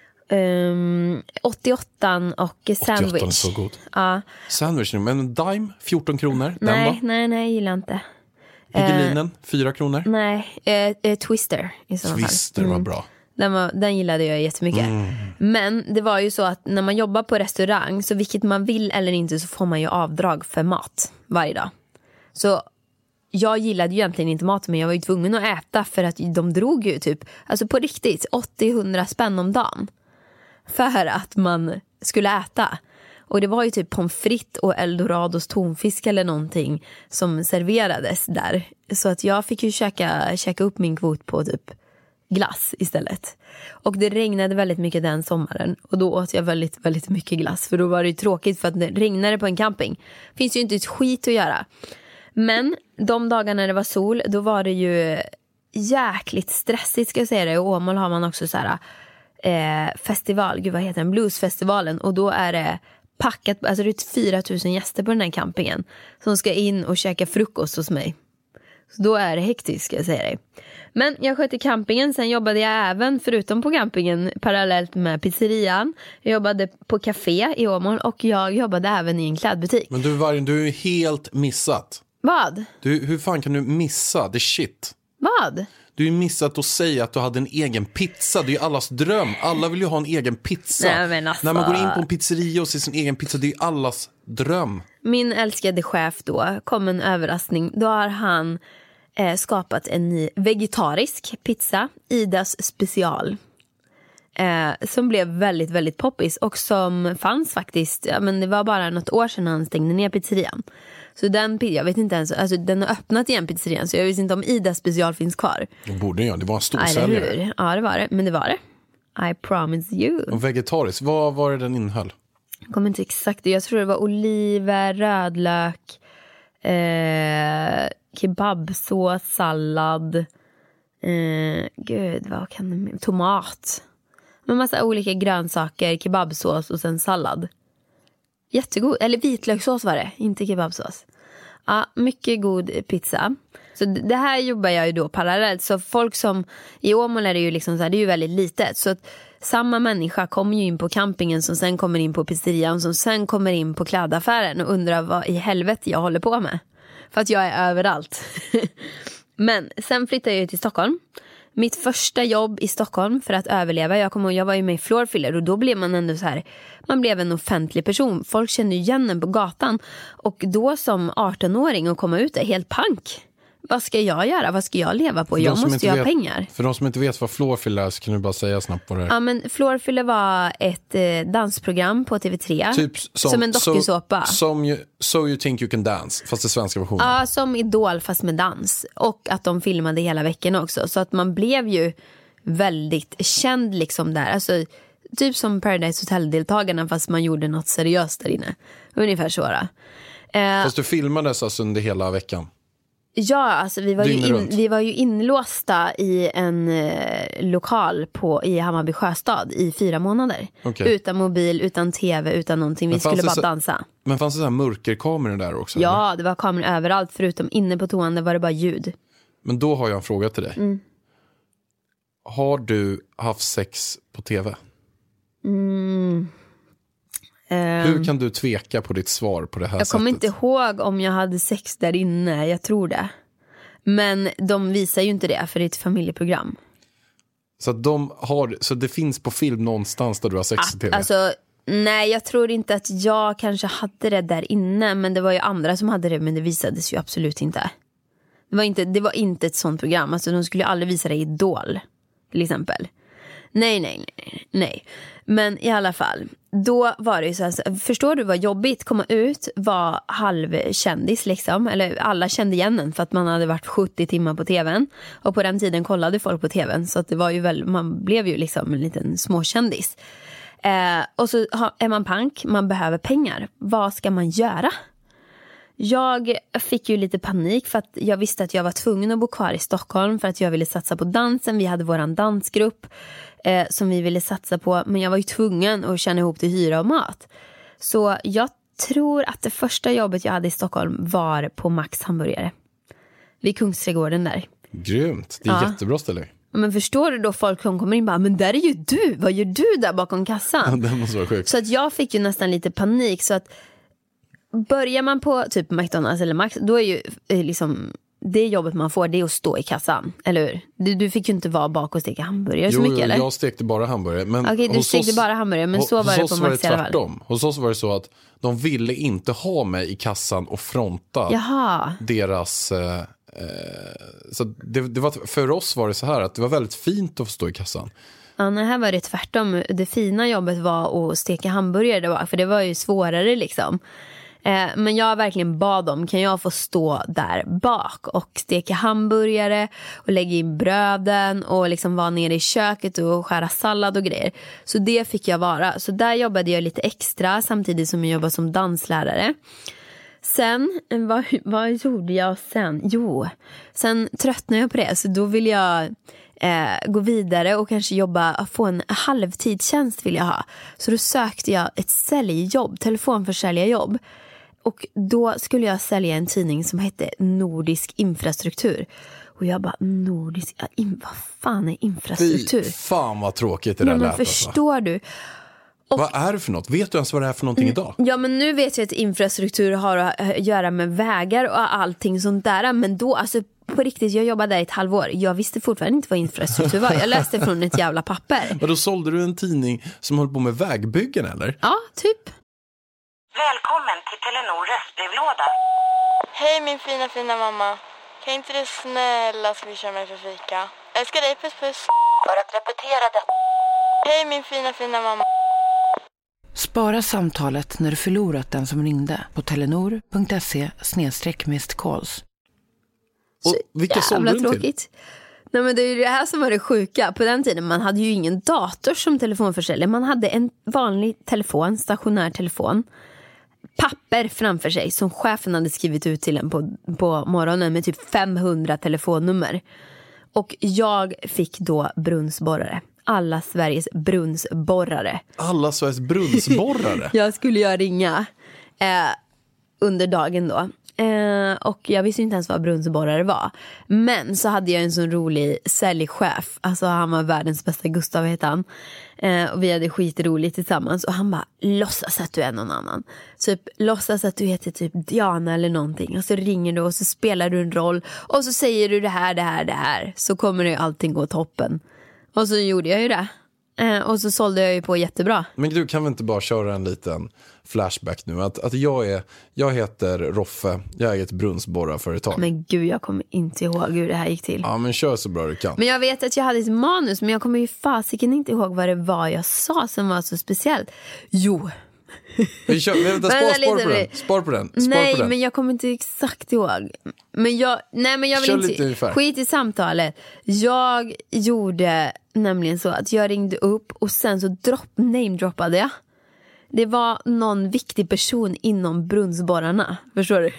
88 och sandwich. 88 är så god. Ja. Sandwich, men en dime, 14 kronor. Nej, jag gillar inte. Piggelinen, 4 kronor. Nej, Twister i så fall. Twister var bra. Den gillade jag jättemycket. Men det var ju så att när man jobbar på restaurang, så vilket man vill eller inte, så får man ju avdrag för mat varje dag. Så jag gillade ju egentligen inte mat, men jag var ju tvungen att äta för att de drog ju typ, alltså på riktigt 80-100 spänn om dagen för att man skulle äta. Och det var ju typ pommes frites och Eldorados tonfisk eller någonting som serverades där. Så att jag fick ju käka upp min kvot på typ glass istället. Och det regnade väldigt mycket den sommaren. Och då åt jag väldigt, väldigt mycket glass. För då var det ju tråkigt, för att det regnade på en camping. Finns ju inte ett skit att göra. Men de dagarna när det var sol, då var det ju jäkligt stressigt, ska jag säga det. I Åmål har man också så här festival, gud vad heter den? Bluesfestivalen. Och då är det packat, alltså det är 4000 gäster på den här campingen som ska in och käka frukost hos mig. Så då är det hektiskt, ska jag säga dig. Men jag skötte campingen, sen jobbade jag även, förutom på campingen, parallellt med pizzerian. Jag jobbade på café i Åmål och jag jobbade även i en klädbutik. Men du är helt missat. Vad? Hur fan kan du missa? Det är shit. Vad? Du har ju missat att säga att du hade en egen pizza. Det är ju allas dröm. Alla vill ju ha en egen pizza. Nej, men alltså... När man går in på en pizzeria och ser sin egen pizza, det är ju allas dröm. Min älskade chef då kom en överraskning. Då har han skapat en ny vegetarisk pizza, Idas special. Som blev väldigt, väldigt poppis. Och som fanns faktiskt, men det var bara något år sedan han stängde ner pizzerian. Så jag vet inte ens, alltså den har öppnat igen pizzerian. Så jag vet inte om Ida special finns kvar. Det borde jag, det var en stor säljare. Ja, det var det, men det var det. I promise you. Och vegetarisk, vad var det den innehöll? Jag kommer inte exakt, jag tror det var oliver, rödlök, kebabsås, sallad, gud vad kan det, tomat. Med massa olika grönsaker, kebabsås och sen sallad. Jättegod, eller vitlökssås var det, inte kebabsås. Ja, mycket god pizza. Så det här jobbar jag ju då parallellt. Så folk som, i Åmål är det ju liksom så här, det är ju väldigt litet. Så att samma människa kommer ju in på campingen som sen kommer in på pizzerian som sen kommer in på klädaffären och undrar vad i helvete jag håller på med. För att jag är överallt. Men sen flyttade jag till Stockholm. Mitt första jobb i Stockholm för att överleva, jag var ju med i Floorfiller och då blev man ändå så här, man blev en offentlig person. Folk kände ju igen en på gatan och då som 18-åring att komma ut är helt pank. Vad ska jag göra? Vad ska jag leva på? Jag måste ju ha pengar. För de som inte vet vad Floorfiller är så kan du bara säga snabbt på det här. Ja, men Floorfiller var ett dansprogram på TV3. Typ som en dokusåpa. So You Think You Can Dance, fast det svenska versionen. Ja, som Idol fast med dans. Och att de filmade hela veckan också. Så att man blev ju väldigt känd liksom där. Alltså typ som Paradise Hotel-deltagarna fast man gjorde något seriöst där inne. Ungefär så då. Fast du filmades alltså under hela veckan? Ja, alltså vi var ju inlåsta i en lokal i Hammarby Sjöstad i 4 månader. Okay. Utan mobil, utan tv, utan någonting. Vi skulle bara dansa. Men fanns det så här mörkerkameror där också? Ja, eller? Det var kameror överallt. Förutom inne på toan, där var det bara ljud. Men då har jag en fråga till dig. Har du haft sex på tv? Hur kan du tveka på ditt svar på det här sättet? Jag kommer inte ihåg om jag hade sex där inne, jag tror det. Men de visar ju inte det för det är ett familjeprogram. Så det finns på film någonstans där du har sex i tv? Alltså, nej, jag tror inte att jag kanske hade det där inne. Men det var ju andra som hade det, men det visades ju absolut inte. Det var inte ett sånt program. Alltså de skulle ju aldrig visa det i Idol, till exempel. Nej. Men i alla fall, då var det ju så här, förstår du vad jobbigt komma ut, var halvkändis liksom, eller alla kände igen en för att man hade varit 70 timmar på tvn och på den tiden kollade folk på tvn så att det var ju man blev ju liksom en liten småkändis. Och så är man pank, man behöver pengar. Vad ska man göra? Jag fick ju lite panik för att jag visste att jag var tvungen att bo kvar i Stockholm för att jag ville satsa på dansen. Vi hade våran dansgrupp som vi ville satsa på, men jag var ju tvungen att tjäna ihop till hyra och mat. Så jag tror att det första jobbet jag hade i Stockholm var på Max hamburgare. Vid Kungsträdgården där. Grymt, det är jättebra ställe. Men förstår du då folk som kommer in bara, men där är ju du, vad gör du där bakom kassan? Det måste vara sjukt. Så att jag fick ju nästan lite panik så att börjar man på typ McDonalds eller Max, då är ju liksom det jobbet man får, det är att stå i kassan, eller hur? Du fick ju inte vara bak och steka hamburgare så mycket, eller? Jag stekte bara hamburgare. Okej, du stekte bara hamburgare, men så var det på Max i alla fall. Hos oss var det så att de ville inte ha mig i kassan och fronta deras... så det var, för oss var det så här att det var väldigt fint att få stå i kassan. Ja, nej, här var det tvärtom. Det fina jobbet var att steka hamburgare, för det var ju svårare liksom. Men jag verkligen bad om, kan jag få stå där bak och steka hamburgare och lägga in bröden och liksom vara nere i köket och skära sallad och grejer. Så det fick jag vara. Så där jobbade jag lite extra samtidigt som jag jobbade som danslärare. Sen, vad gjorde jag sen? Jo, sen tröttnade jag på det. Så då vill jag gå vidare och kanske få en halvtidstjänst vill jag ha. Så då sökte jag ett säljjobb, telefonförsäljarjobb. Och då skulle jag sälja en tidning som hette Nordisk infrastruktur. Och jag bara, vad fan är infrastruktur? Fy fan vad tråkigt det där lät. Men förstår du? Och, vad är det för något? Vet du ens vad det är för någonting idag? Ja, men nu vet jag att infrastruktur har att göra med vägar och allting sånt där. Men då, alltså på riktigt, jag jobbade där i ett halvår. Jag visste fortfarande inte vad infrastruktur var. Jag läste från ett jävla papper. Och då sålde du en tidning som höll på med vägbyggen, eller? Ja, typ. Välkommen till Telenor röstbrevlåda. Hej min fina mamma. Kan inte du snälla swisha mig för fika? Älskar dig, puss puss. För att repetera det. Hej min fina mamma. Spara samtalet när du förlorat den som ringde på telenor.se/missed-calls. Och vilka sålde du till? Nej, men det är ju det här som var det sjuka. På den tiden man hade ju ingen dator som telefonförsäljare. Man hade en vanlig telefon, stationär telefon. Papper framför sig som chefen hade skrivit ut till en på morgonen med typ 500 telefonnummer. Och jag fick då brunnsborrare. Alla Sveriges brunnsborrare. Alla Sveriges brunnsborrare? Jag skulle ju ringa under dagen då. Och jag visste inte ens vad brunnsborrare var. Men så hade jag en sån rolig säljchef. Alltså han var världens bästa, Gustav heter han. Och vi hade skitroligt tillsammans. Och han bara, låtsas att du är någon annan. Typ, låtsas att du heter typ Diana eller någonting. Och så ringer du och så spelar du en roll. Och så säger du det här. Så kommer det allting gå toppen. Och så gjorde jag ju det. Och så sålde jag ju på jättebra. Men du, kan vi inte bara köra en liten flashback nu? Att jag heter Roffe, jag är ett brunnsborrarföretag. Men gud, jag kommer inte ihåg hur det här gick till. Ja, men kör så bra du kan. Men jag vet att jag hade ett manus, men jag kommer ju fasiken inte ihåg vad det var jag sa som var så speciellt. Jo. Spar på den. Nej, men jag kommer inte exakt ihåg. Men jag vill kör inte. Skit i samtalet. Jag gjorde nämligen så att jag ringde upp och sen så namedroppade jag. Det var någon viktig person inom brunnsborrarna. Förstår du?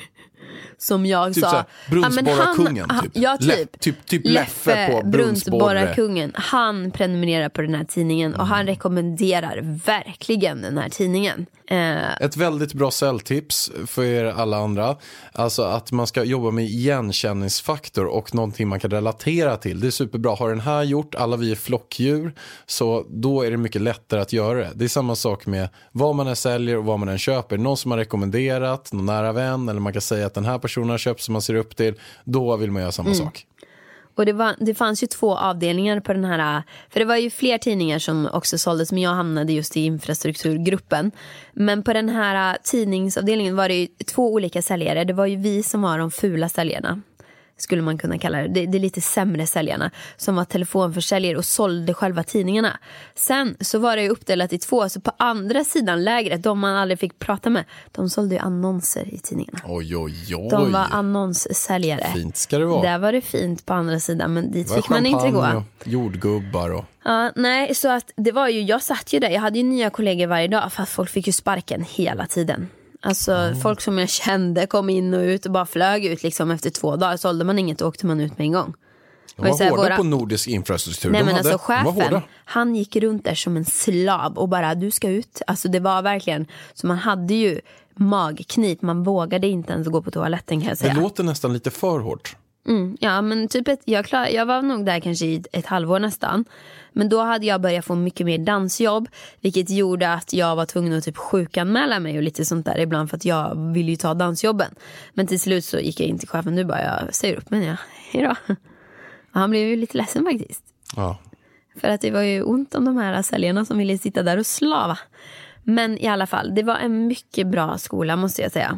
Som jag typ sa. Brunnsborrarkungen typ. Ja, typ Leffe på brunnsborrarkungen. Han prenumererar på den här tidningen. Och han rekommenderar verkligen den här tidningen. Ett väldigt bra säljtips för er alla andra. Alltså att man ska jobba med igenkänningsfaktor och någonting man kan relatera till. Det är superbra. Har den här gjort, alla vi är flockdjur, så då är det mycket lättare att göra det. Det är samma sak med vad man än säljer och vad man än köper. Någon som har rekommenderat, någon nära vän, eller man kan säga att den här personen har köpt som man ser upp till. Då vill man göra samma sak. Och det fanns ju 2 avdelningar på den här. För det var ju fler tidningar som också såldes. Men jag hamnade just i infrastrukturgruppen. Men på den här tidningsavdelningen var det ju 2 olika säljare. Det var ju vi som var de fula säljarna, skulle man kunna kalla det. Det är lite sämre säljarna som var telefonförsäljare och sålde själva tidningarna. Sen så var det ju uppdelat i 2. Så på andra sidan lägret, de man aldrig fick prata med, de sålde ju annonser i tidningarna. Oj. De var annonssäljare. Fint ska det vara. Där var det fint på andra sidan, men dit fick man inte gå. Och jordgubbar och... Ja, nej, så att det var ju, jag satt ju där, jag hade ju nya kollegor varje dag, fast folk fick ju sparken hela tiden. Alltså folk som jag kände kom in och ut och bara flög ut liksom efter 2 dagar. Sålde man inget och åkte man ut med en gång. De var hårda på nordisk infrastruktur. Nej, men alltså chefen, han gick runt där som en slav och bara, du ska ut. Alltså det var verkligen, så man hade ju magknip. Man vågade inte ens gå på toaletten, kan jag säga. Det låter nästan lite för hårt. Ja, men typ jag var nog där kanske i ett halvår nästan. Men då hade jag börjat få mycket mer dansjobb, vilket gjorde att jag var tvungen att typ sjukanmäla mig och lite sånt där ibland, för att jag ville ju ta dansjobben. Men till slut så gick jag in till chefen, nu bara, jag säger upp mig, hejdå. Och han blev ju lite ledsen faktiskt. Ja. För att det var ju ont om de här säljarna som ville sitta där och slava. Men i alla fall, det var en mycket bra skola, måste jag säga.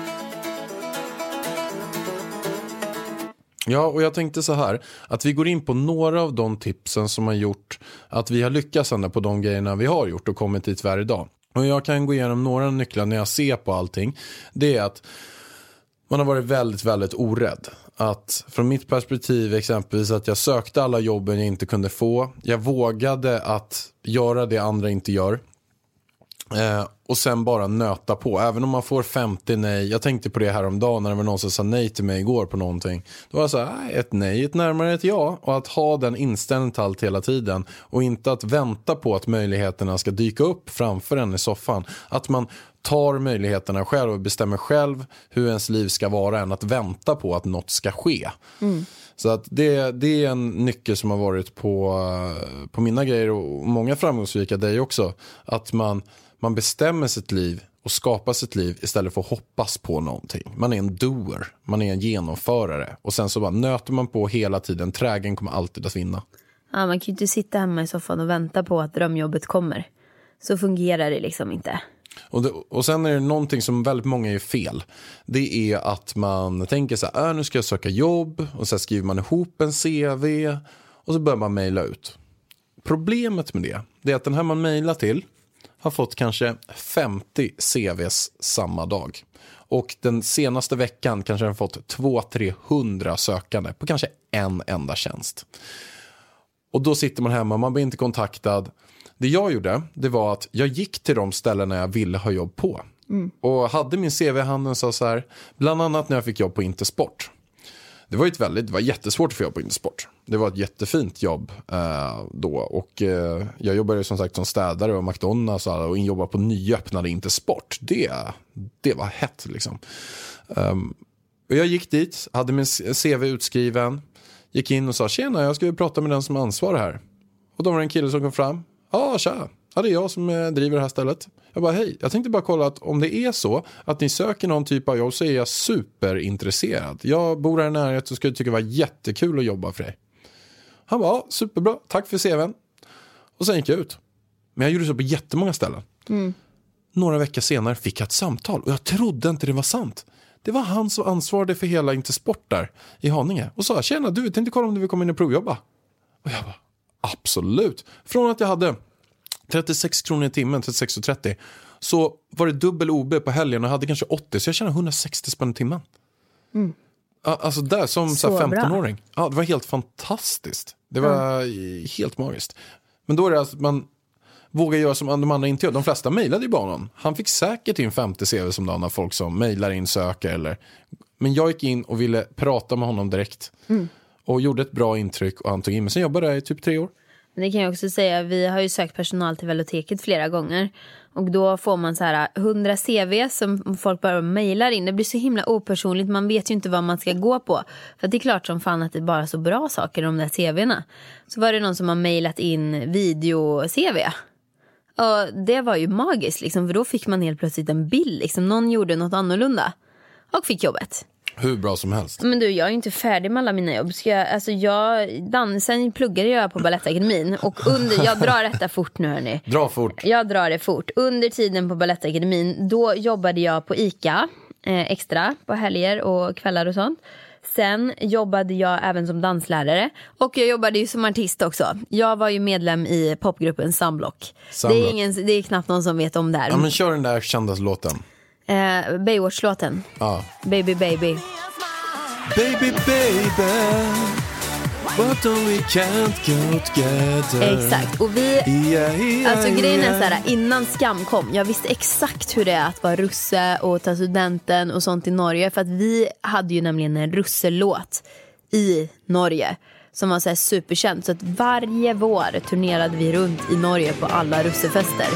Ja, och jag tänkte så här, att vi går in på några av de tipsen som har gjort att vi har lyckats ändå på de grejerna vi har gjort och kommit dit varje dag. Och jag kan gå igenom några nycklar när jag ser på allting. Det är att man har varit väldigt, väldigt orädd. Att från mitt perspektiv exempelvis att jag sökte alla jobben jag inte kunde få. Jag vågade att göra det andra inte gör. Och sen bara nöta på. Även om man får 50 nej. Jag tänkte på det här om dagen när det var någon som sa nej till mig igår på någonting. Då var jag så här, ett nej, ett närmare ett ja. Och att ha den inställningen till allt hela tiden. Och inte att vänta på att möjligheterna ska dyka upp framför en i soffan. Att man tar möjligheterna själv och bestämmer själv hur ens liv ska vara, än att vänta på att något ska ske. Så att det är en nyckel som har varit på mina grejer och många framgångsrika dig också. Att man bestämmer sitt liv och skapa sitt liv istället för att hoppas på någonting. Man är en doer, man är en genomförare. Och sen så bara nöter man på hela tiden. Trägen kommer alltid att vinna. Ja, man kan ju inte sitta hemma i soffan och vänta på att drömjobbet kommer. Så fungerar det liksom inte. Och sen är det någonting som väldigt många är fel. Det är att man tänker så här, nu ska jag söka jobb. Och så skriver man ihop en CV. Och så börjar man mejla ut. Problemet med det är att den här man mejlar till har fått kanske 50 CVs samma dag. Och den senaste veckan kanske den fått 200-300 sökande på kanske en enda tjänst. Och då sitter man hemma, man blir inte kontaktad. Det jag gjorde, det var att jag gick till de ställena jag ville ha jobb på. Och hade min CV i handen så här, bland annat när jag fick jobb på Intersport. Det var jättesvårt att få jobb på Intersport. Det var ett jättefint jobb då. Och jag jobbade som sagt som städare och McDonalds och jobbade på nyöppnade Intersport. Det var hett liksom. Och jag gick dit, hade min CV utskriven. Gick in och sa, tjena, jag ska prata med den som ansvarar här. Och då var det en kille som kom fram. Tja, det är jag som driver det här stället. Jag bara, hej, jag tänkte bara kolla att om det är så att ni söker någon typ av jobb så är jag superintresserad. Jag bor här i närheten och skulle tycka det var jättekul att jobba för dig. Han bara, superbra, tack för CVn. Och sen gick jag ut. Men jag gjorde så på jättemånga ställen. Några veckor senare fick jag ett samtal och jag trodde inte det var sant. Det var han som ansvarade för hela Intersport där i Haninge. Och sa, tjena, du tänkte kolla om du vill komma in och provjobba. Och jag bara, absolut. Från att jag hade 36 kronor i timmen, 36,30, så var det dubbel OB på helgen och hade kanske 80, så jag tjänade 160 spänn i timmen. Alltså där som så 15-åring. Ja, det var helt fantastiskt. Det var helt magiskt. Men då är det alltså att man vågar göra som de andra inte gör. De flesta mejlade ju bara honom. Han fick säkert in 50 CV som dagen av folk som mejlar in, söker eller... Men jag gick in och ville prata med honom direkt. Och gjorde ett bra intryck och han tog in mig. Sen jobbade jag i typ 3 år. Det kan jag också säga, vi har ju sökt personal till Veloteket flera gånger. Och då får man så här 100 CV som folk bara mejlar in. Det blir så himla opersonligt, man vet ju inte vad man ska gå på. För det är klart som fan att det är bara så bra saker i de där CV:na. Så var det någon som har mejlat in video-CV. Och det var ju magiskt liksom, för då fick man helt plötsligt en bild liksom. Någon gjorde något annorlunda och fick jobbet. Hur bra som helst. Men du, jag är inte färdig med alla mina jobb. Sen pluggade jag på Balettakademin. Och jag drar detta fort nu, hörni. Dra fort. Jag drar det fort. Under tiden på Balettakademin, då jobbade jag på ICA extra på helger och kvällar och sånt. Sen jobbade jag även som danslärare. Och jag jobbade ju som artist också. Jag var ju medlem i popgruppen Sunblock. Det är knappt någon som vet om det här. Ja, men kör den där kända låten. Baywatch-låten. Baby baby. Baby baby, what do we can't go together. Exakt. Och vi alltså grejen är så här, innan Skam kom, jag visste exakt hur det är att vara russe och ta studenten och sånt i Norge. För att vi hade ju nämligen en russelåt i Norge som var så här superkänd. Så att varje vår turnerade vi runt i Norge på alla russefester.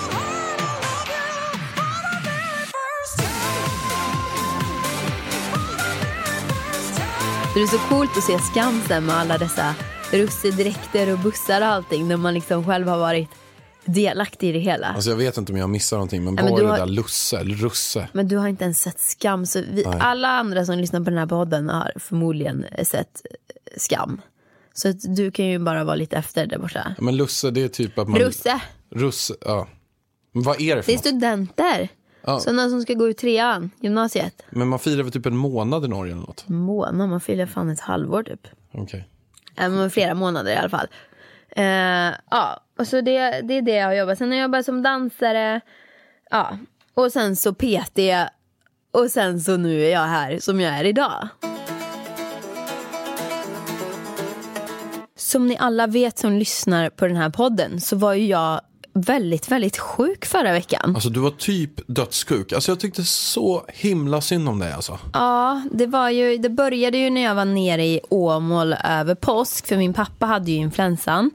Det är så coolt att se Skansen med alla dessa russedräkter och bussar och allting, när man liksom själv har varit delaktig i det hela. Alltså jag vet inte om jag missar någonting, men bara det där russe. Men du har inte ens sett Skam, så alla andra som lyssnar på den här podden har förmodligen sett Skam. Så att du kan ju bara vara lite efter där borta. Ja, men lusse, det är typ att man... Russe, ja. Men vad är det för något? Det är studenter. Ja. Sådana som ska gå ut 3an, gymnasiet. Men man firar väl typ en månad i Norge eller något? Månad? Man firar fan ett halvår typ. Okej. Men flera månader i alla fall. Ja, och så det är det jag har jobbat. Sen har jag jobbat som dansare. Ja, och sen så PT. Och sen så nu är jag här som jag är idag. Som ni alla vet som lyssnar på den här podden, så var ju jag väldigt, väldigt sjuk förra veckan. Alltså du var typ dödssjuk. Alltså jag tyckte så himla synd om dig alltså. Ja, det började ju när jag var nere i Åmål över påsk. För min pappa hade ju influensan.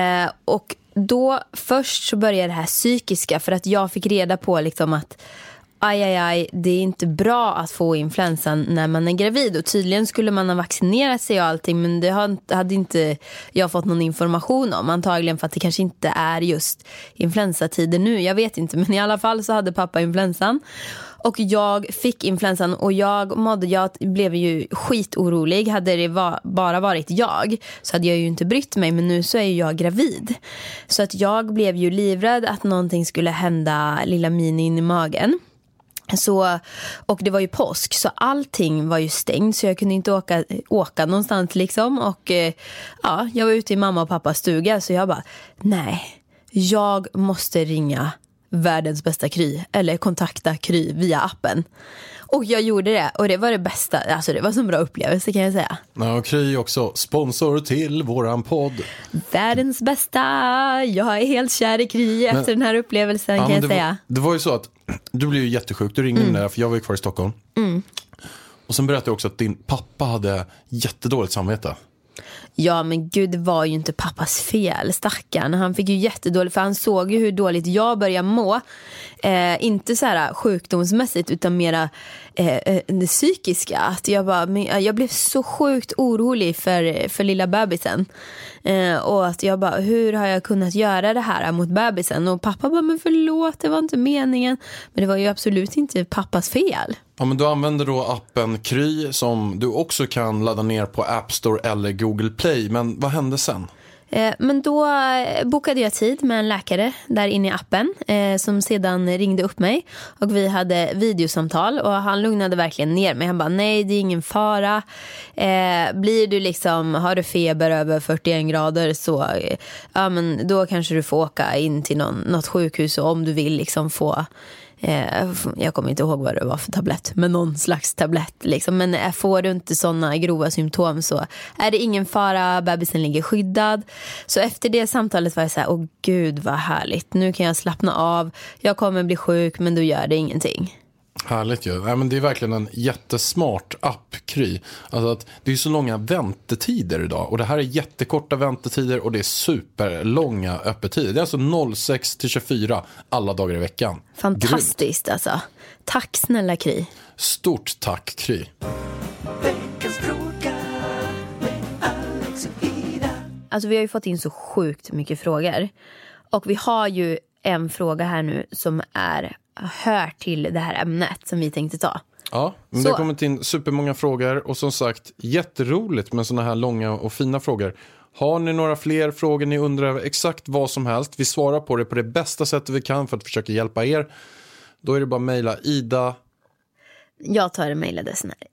Och då först så började det här psykiska. För att jag fick reda på liksom att aj, det är inte bra att få influensan när man är gravid. Och tydligen skulle man ha vaccinerat sig och allting, men det hade inte jag fått någon information om. Antagligen för att det kanske inte är just influensatider nu, jag vet inte. Men i alla fall så hade pappa influensan. Och jag fick influensan och jag blev ju skitorolig. Hade det bara varit jag så hade jag ju inte brytt mig. Men nu så är ju jag gravid. Så att jag blev ju livrädd att någonting skulle hända lilla Mini in i magen. Och det var ju påsk, så allting var ju stängt, så jag kunde inte åka någonstans liksom. Och jag var ute i mamma och pappas stuga, så jag bara, nej, jag måste ringa världens bästa Kry, eller kontakta Kry via appen. Och jag gjorde det, och det var det bästa. Alltså det var så en bra upplevelse, kan jag säga. Ja, Kry är också sponsor till våran podd. Världens bästa. Jag är helt kär i Kry efter den här upplevelsen, kan jag säga. Det var ju så att du blev ju jättesjuk. Du ringde mig där, för jag var ju kvar i Stockholm. Och sen berättade jag också att din pappa hade jättedåligt samvete. Ja, men gud, det var ju inte pappas fel, stackarn. Han fick ju jättedåligt, för han såg ju hur dåligt jag började må. Inte så här sjukdomsmässigt, utan mera det psykiska. Att jag blev så sjukt orolig för lilla bebisen. Och att jag bara, hur har jag kunnat göra det här mot bebisen? Och pappa bara, men förlåt, det var inte meningen. Men det var ju absolut inte pappas fel. Ja, men du använder då appen Kry som du också kan ladda ner på App Store eller Google Play. Men vad hände sen? Men då bokade jag tid med en läkare där inne i appen som sedan ringde upp mig. Och vi hade videosamtal och han lugnade verkligen ner mig. Han bara, nej, det är ingen fara. Blir du liksom, har du feber över 41 grader så men då kanske du får åka in till något sjukhus, och om du vill liksom få... jag kommer inte ihåg vad det var för tablett, men någon slags tablett liksom. Men får du inte sådana grova symptom så är det ingen fara, bebisen ligger skyddad. Så efter det samtalet var jag så här, åh gud vad härligt, nu kan jag slappna av, jag kommer bli sjuk men då gör det ingenting. Härligt ju. Ja, men det är verkligen en jättesmart app, Kry. Alltså att det är så långa väntetider idag. Och det här är jättekorta väntetider och det är superlånga öppettider. Det är alltså 06 till 24 alla dagar i veckan. Fantastiskt. Grymt. Alltså. Tack snälla Kry. Stort tack, Kry. Veckans fråga med Alex och Ida. Alltså vi har ju fått in så sjukt mycket frågor. Och vi har ju en fråga här nu som hör till det här ämnet som vi tänkte ta. Ja, men det har kommit in supermånga frågor och som sagt, jätteroligt med såna här långa och fina frågor. Har ni några fler frågor ni undrar över exakt vad som helst, vi svarar på det på det bästa sättet vi kan för att försöka hjälpa er. Då är det bara att mejla Ida. Jag tar mejladressen här.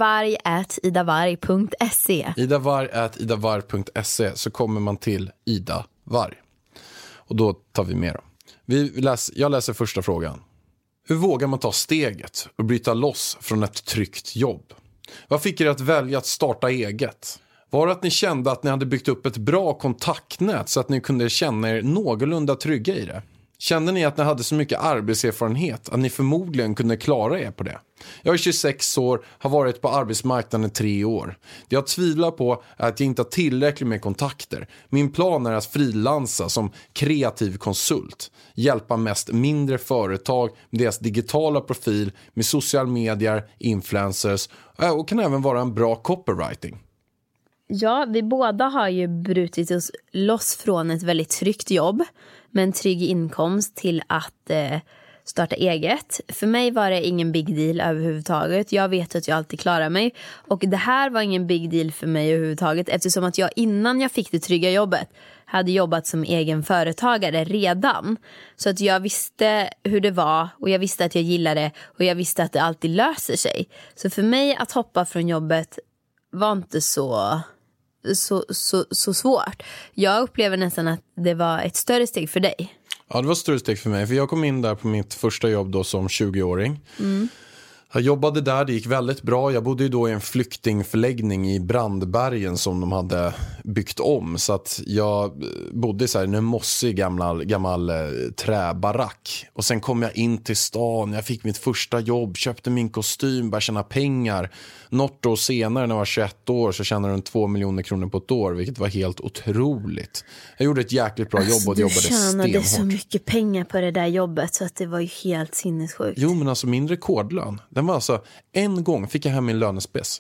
idavarg@idavarg.se. idavarg@idavarg.se, så kommer man till Ida Varg. Och då tar vi med dem. Jag läser första frågan. Hur vågar man ta steget och bryta loss från ett tryggt jobb? Vad fick er att välja att starta eget? Var det att ni kände att ni hade byggt upp ett bra kontaktnät så att ni kunde känna er någorlunda trygga i det? Kände ni att ni hade så mycket arbetserfarenhet att ni förmodligen kunde klara er på det? Jag är 26 år, har varit på arbetsmarknaden i 3 år. Det jag tvivlar på är att jag inte har tillräckligt med kontakter. Min plan är att frilansa som kreativ konsult. Hjälpa mest mindre företag med deras digitala profil, med social medier, influencers och kan även vara en bra copywriting. Ja, vi båda har ju brutit oss loss från ett väldigt tryggt jobb med en trygg inkomst till att starta eget. För mig var det ingen big deal överhuvudtaget. Jag vet att jag alltid klarar mig. Och det här var ingen big deal för mig överhuvudtaget, eftersom att jag innan jag fick det trygga jobbet hade jobbat som egen företagare redan. Så att jag visste hur det var och jag visste att jag gillade det och jag visste att det alltid löser sig. Så för mig att hoppa från jobbet var inte så svårt. Jag upplever nästan att det var ett större steg för dig. Ja, det var ett större steg för mig. För jag kom in där på mitt första jobb då som 20-åring. Jag jobbade där, det gick väldigt bra. Jag bodde ju då i en flyktingförläggning i Brandbergen som de hade byggt om. Så att jag bodde så här i en mossig gammal träbarack. Och sen kom jag in till stan, jag fick mitt första jobb, köpte min kostym, började tjäna pengar. Något år senare när jag var 21 år så tjänade de 2 miljoner kronor på ett år, vilket var helt otroligt. Jag gjorde ett jäkligt bra jobb och jobbade stenhårt. Du tjänade så mycket pengar på det där jobbet så att det var ju helt sinnessjukt. Jo, men alltså min rekordlön, den var alltså, en gång fick jag hem min lönespec.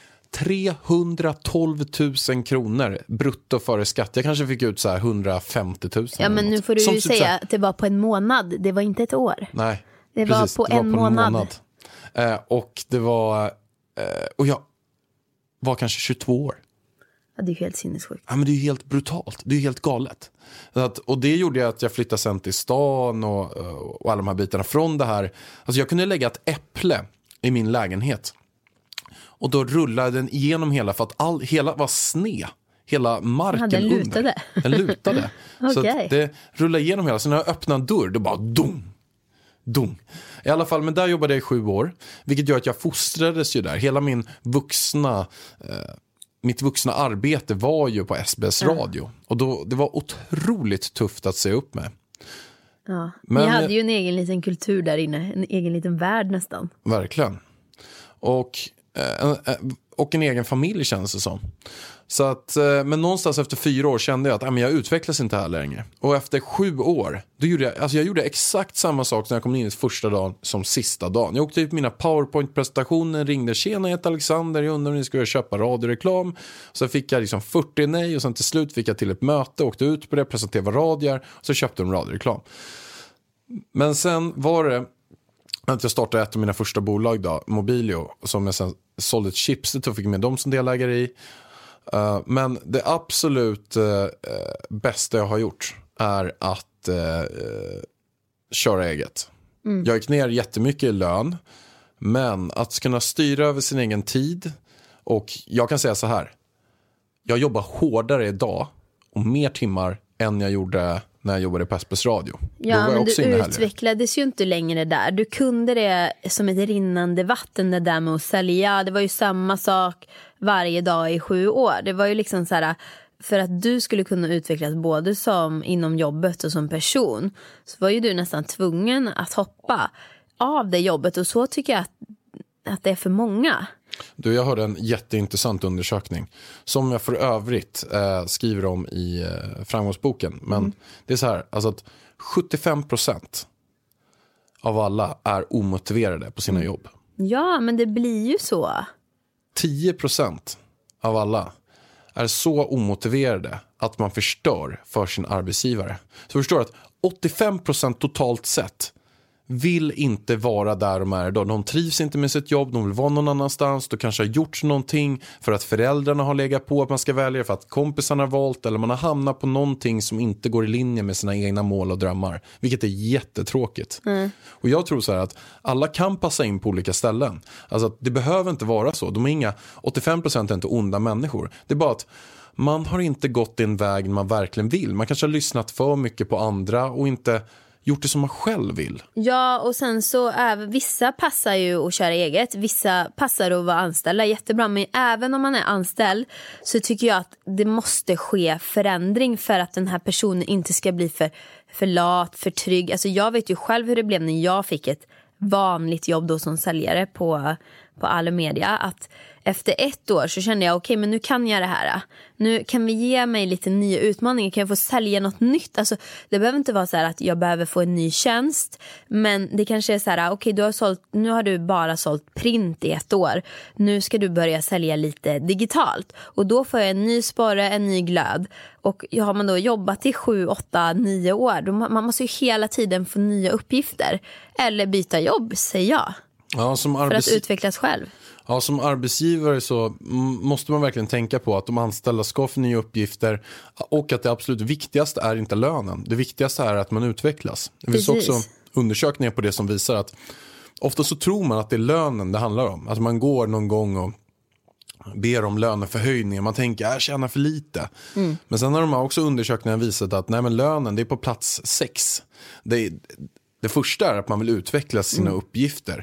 312 000 kronor brutto före skatt. Jag kanske fick ut så här 150 000. Ja, men nu får du ju säga att det var på en månad. Det var inte ett år. Nej, det precis, var på en månad. Och det var... och jag var kanske 22 år. Ja, det är ju helt sinnessjukt. Ja, men det är ju helt brutalt. Det är ju helt galet. Och det gjorde att jag flyttade sen till stan och alla de här bitarna från det här. Alltså jag kunde lägga ett äpple i min lägenhet. Och då rullade den igenom hela, för att hela var sned. Hela marken den lutade. Den lutade. Okay. Så att det rullade igenom hela. Så när jag öppnade en dörr, då bara dong. I alla fall, men där jobbade jag i 7 år. Vilket gör att jag fostrades ju där. Hela mitt vuxna arbete var ju på SBS radio. Och det var otroligt tufft att se upp med. Ja. Men ni hade ju en egen liten kultur där inne. En egen liten värld nästan. Verkligen. Och en egen familj känns det som. Så att, men någonstans efter 4 år kände jag att jag utvecklas inte här längre. Och efter 7 år, då gjorde jag gjorde exakt samma sak när jag kom in första dagen som sista dagen. Jag åkte ut mina PowerPoint-presentationer, ringde, tjena, jag heter Alexander, jag undrar om ni skulle köpa radioreklam. Så fick jag liksom 40 nej och sen till slut fick jag till ett möte, åkte ut på det, presenterade radier och så köpte de radioreklam. Men sen var det att jag startade ett av mina första bolag då, Mobilio, som jag sen sålde ett chipset och fick med dem som delägare i. Men det absolut bästa jag har gjort är att köra eget. Jag gick ner jättemycket i lön, men att kunna styra över sin egen tid. Och jag kan säga så här, jag jobbar hårdare idag och mer timmar än jag gjorde när jag jobbade på SBS radio. Ja, men du utvecklades ju inte längre där. Du kunde det som ett rinnande vatten, det där med att sälja. Det var ju samma sak varje dag i 7 år. Det var ju liksom så här, för att du skulle kunna utvecklas både som inom jobbet och som person, så var ju du nästan tvungen att hoppa av det jobbet. Och så tycker jag att det är för många. Du, jag hörde en jätteintressant undersökning som jag för övrigt skriver om i framgångsboken. Men det är så här, alltså att 75% av alla är omotiverade på sina jobb. Ja, men det blir ju så. 10% av alla är så omotiverade att man förstör för sin arbetsgivare. Så förstår att 85% totalt sett vill inte vara där de är idag. De trivs inte med sitt jobb, de vill vara någon annanstans. De kanske har gjort någonting för att föräldrarna har legat på att man ska välja, för att kompisarna har valt, eller man har hamnat på någonting som inte går i linje med sina egna mål och drömmar. Vilket är jättetråkigt. Och jag tror så här att alla kan passa in på olika ställen. Alltså att det behöver inte vara så. 85% är inte onda människor. Det är bara att man har inte gått den väg man verkligen vill. Man kanske har lyssnat för mycket på andra och inte gjort det som man själv vill. Ja, och sen så vissa passar ju att köra eget. Vissa passar att vara anställda jättebra. Men även om man är anställd så tycker jag att det måste ske förändring för att den här personen inte ska bli för lat, för trygg. Alltså jag vet ju själv hur det blev när jag fick ett vanligt jobb då som säljare på Alumedia, att efter 1 år så kände jag okej, men nu kan jag det här. Nu kan vi ge mig lite nya utmaningar. Kan jag få sälja något nytt? Alltså, det behöver inte vara så här att jag behöver få en ny tjänst. Men det kanske är så här, okej, nu har du bara sålt print i 1 år. Nu ska du börja sälja lite digitalt. Och då får jag en ny sporre, en ny glöd. Och har man då jobbat i 7, 8, 9 år, då man måste ju hela tiden få nya uppgifter. Eller byta jobb, säger jag. Ja, för att utvecklas själv. Ja, som arbetsgivare så måste man verkligen tänka på att de anställda ska få nya uppgifter och att det absolut viktigaste är inte lönen. Det viktigaste är att man utvecklas. Det finns också undersökningar på det som visar att ofta så tror man att det är lönen det handlar om. Att man går någon gång och ber om löneförhöjningar. Man tänker, jag tjänar för lite. Men sen har de också undersökningar visat att nej, men lönen, det är på plats 6. Det första är att man vill utveckla sina uppgifter.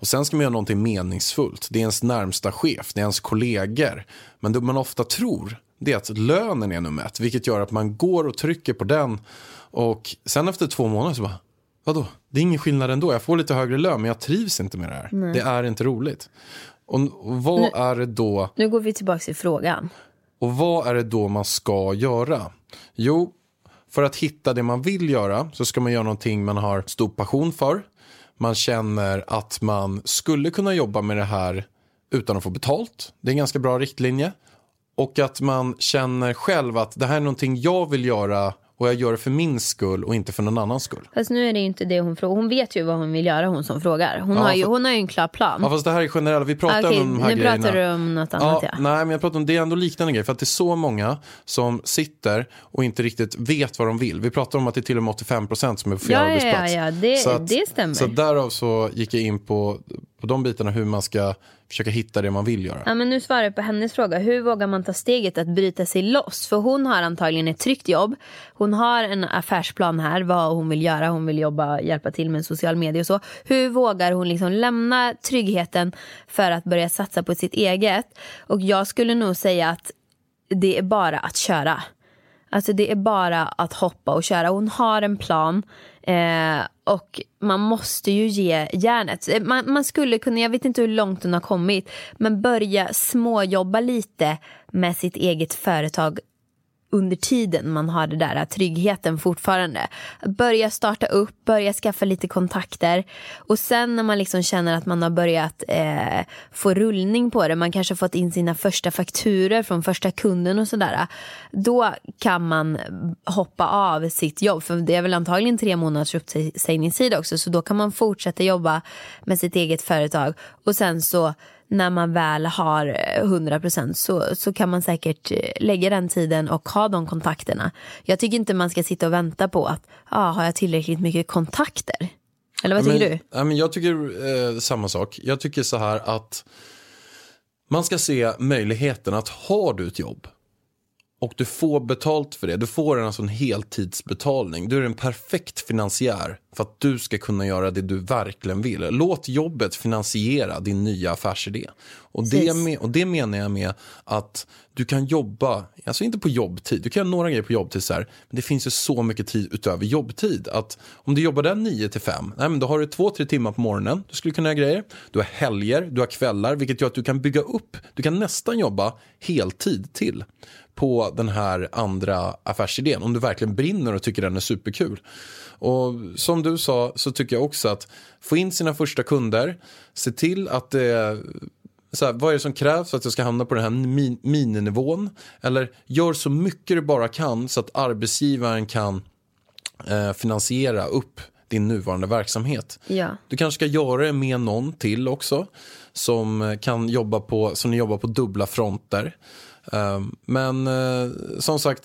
Och sen ska man göra någonting meningsfullt. Det är ens närmsta chef, det är ens kollegor. Men det man ofta tror, det är att lönen är nummer 1. Vilket gör att man går och trycker på den. Och sen efter 2 månader så bara, vadå? Det är ingen skillnad ändå. Jag får lite högre lön men jag trivs inte med det här. Nej. Det är inte roligt. Och vad är det då? Nu går vi tillbaka till frågan. Och vad är det då man ska göra? Jo, för att hitta det man vill göra så ska man göra någonting man har stor passion för. Man känner att man skulle kunna jobba med det här utan att få betalt. Det är en ganska bra riktlinje. Och att man känner själv att det här är någonting jag vill göra och jag gör det för min skull och inte för någon annans skull. Fast nu är det ju inte det hon frågar. Hon vet ju vad hon vill göra, hon som frågar. Hon har ju en klar plan. Ja, fast det här är generellt. Vi pratar om de här grejerna. Nu pratar du om något annat, ja. Nej, men jag pratar om det är ändå liknande grejer. För att det är så många som sitter och inte riktigt vet vad de vill. Vi pratar om att det är till och med 85% som är på fel arbetsplats. Ja, det stämmer. Så därav så gick jag in på de bitarna hur man ska försöka hitta det man vill göra. Ja, men nu svarar jag på hennes fråga. Hur vågar man ta steget att bryta sig loss? För hon har antagligen ett tryggt jobb. Hon har en affärsplan här, vad hon vill göra. Hon vill hjälpa till med social media och så. Hur vågar hon liksom lämna tryggheten för att börja satsa på sitt eget? Och jag skulle nog säga att det är bara att köra. Alltså det är bara att hoppa och köra. Hon har en plan och man måste ju ge järnet. Man skulle kunna, jag vet inte hur långt hon har kommit, men börja småjobba lite med sitt eget företag under tiden man har det där tryggheten fortfarande. Börja starta upp, börja skaffa lite kontakter. Och sen när man liksom känner att man har börjat få rullning på det, man kanske fått in sina första fakturer från första kunden och sådär. Då kan man hoppa av sitt jobb. För det är väl antagligen 3 månaders uppsägningstid också. Så då kan man fortsätta jobba med sitt eget företag. Och sen så när man väl har 100% så kan man säkert lägga den tiden och ha de kontakterna. Jag tycker inte man ska sitta och vänta på att har jag tillräckligt mycket kontakter? Eller vad tycker du? Ja, men jag tycker samma sak. Jag tycker så här att man ska se möjligheten att har du ett jobb och du får betalt för det. Du får en heltidsbetalning. Du är en perfekt finansiär för att du ska kunna göra det du verkligen vill. Låt jobbet finansiera din nya affärsidé. Och det menar jag med att du kan jobba, alltså inte på jobbtid. Du kan göra några grejer på jobbtid så här, men det finns ju så mycket tid utöver jobbtid. Att om du jobbar där 9-5, nej, men då har du 2-3 timmar på morgonen. Du skulle kunna göra grejer. Du har helger, du har kvällar, vilket gör att du kan bygga upp. Du kan nästan jobba heltid till på den här andra affärsidén om du verkligen brinner och tycker den är superkul. Och som du sa så tycker jag också att få in sina första kunder, se till att så här, vad är det som krävs för att jag ska hamna på den här mininivån, eller gör så mycket du bara kan så att arbetsgivaren kan finansiera upp din nuvarande verksamhet. Ja. Du kanske ska göra det med någon till också som kan jobba på dubbla fronter. Men som sagt,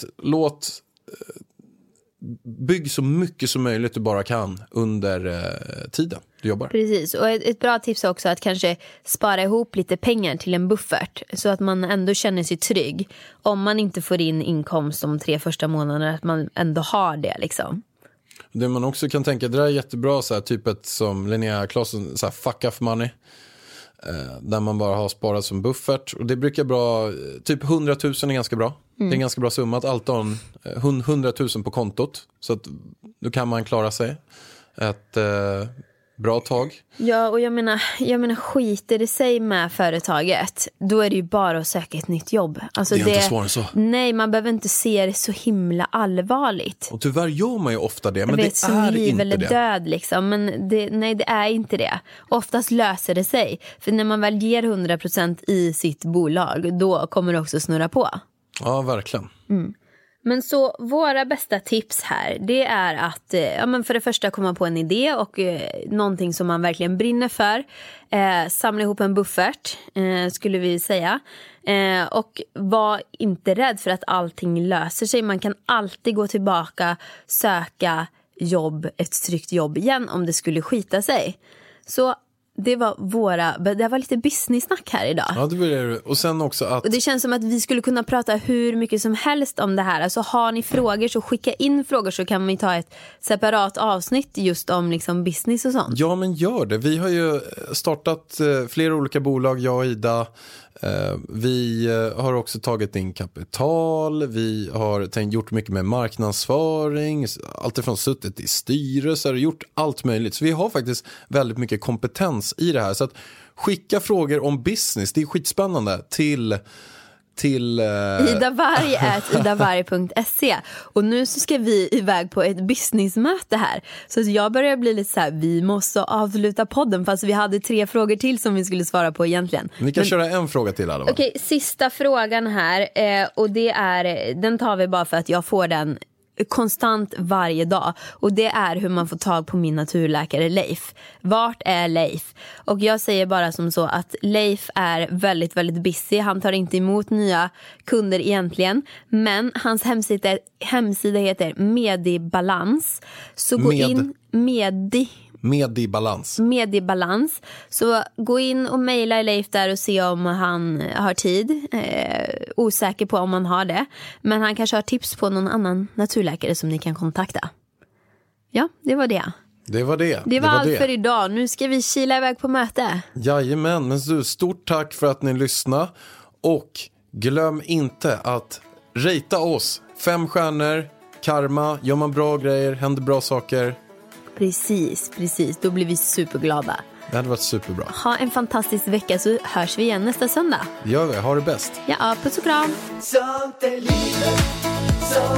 bygg så mycket som möjligt du bara kan under tiden du jobbar. Precis, och ett bra tips är också att kanske spara ihop lite pengar till en buffert så att man ändå känner sig trygg. Om man inte får in inkomst de 3 första månaderna, att man ändå har det liksom. Det man också kan tänka, det där är jättebra så här, typet som Linnea Claesson, så här, fuck off money. Där man bara har sparat som buffert. Och det brukar bra, typ 100 000 är ganska bra. Det är en ganska bra summa att alltid ha 100 000 på kontot. Så att då kan man klara sig ett bra tag. Ja, och jag menar skiter det sig med företaget, då är det ju bara att söka ett nytt jobb. Alltså det är inte svårare så. Nej, man behöver inte se det så himla allvarligt. Och tyvärr gör man ju ofta det, men det är liv inte eller det. Död liksom, men det är inte det. Oftast löser det sig. För när man väl ger 100% i sitt bolag, då kommer det också snurra på. Ja, verkligen. Men så våra bästa tips här, det är att men för det första komma på en idé och någonting som man verkligen brinner för. Samla ihop en buffert, skulle vi säga. Och var inte rädd för att allting löser sig. Man kan alltid gå tillbaka, söka jobb, ett tryggt jobb igen om det skulle skita sig. Så det var lite business-snack här idag. Ja, det var det. Och sen också att... Och det känns som att vi skulle kunna prata hur mycket som helst om det här. Alltså har ni frågor så skicka in frågor, så kan vi ta ett separat avsnitt just om liksom business och sånt. Ja, men gör det. Vi har ju startat flera olika bolag, jag och Ida. Vi har också tagit in kapital. Vi har gjort mycket med marknadsföring. Alltifrån suttit i styrelser och gjort allt möjligt. Så vi har faktiskt väldigt mycket kompetens i det här. Så att skicka frågor om business, det är skitspännande, till idavarg@idavarg.se. Och nu så ska vi iväg på ett businessmöte här. Så jag börjar bli lite så här, vi måste avsluta podden, fast vi hade 3 frågor till som vi skulle svara på egentligen. Vi kan köra en fråga till alla. Okej, sista frågan här, och den tar vi bara för att jag får den konstant varje dag, och det är hur man får tag på min naturläkare Leif. Vart är Leif? Och jag säger bara som så att Leif är väldigt, väldigt busy. Han tar inte emot nya kunder egentligen, men hans hemsida heter Medibalans. Så gå in Medibalans. Så gå in och mejla Leif där och se om han har tid. Osäker på om han har det. Men han kanske har tips på någon annan naturläkare som ni kan kontakta. Ja, det var det. Det var allt för idag. Nu ska vi kila iväg på möte. Jajamän, men du, stort tack för att ni lyssnade. Och glöm inte att ratea oss. 5 stjärnor, karma, gör man bra grejer, händer bra saker. Precis. Då blir vi superglada. Det hade varit superbra. Ha en fantastisk vecka, så hörs vi igen nästa söndag. Gör vi, ha det bäst. Ja, puss och kram. Sånt är livet, så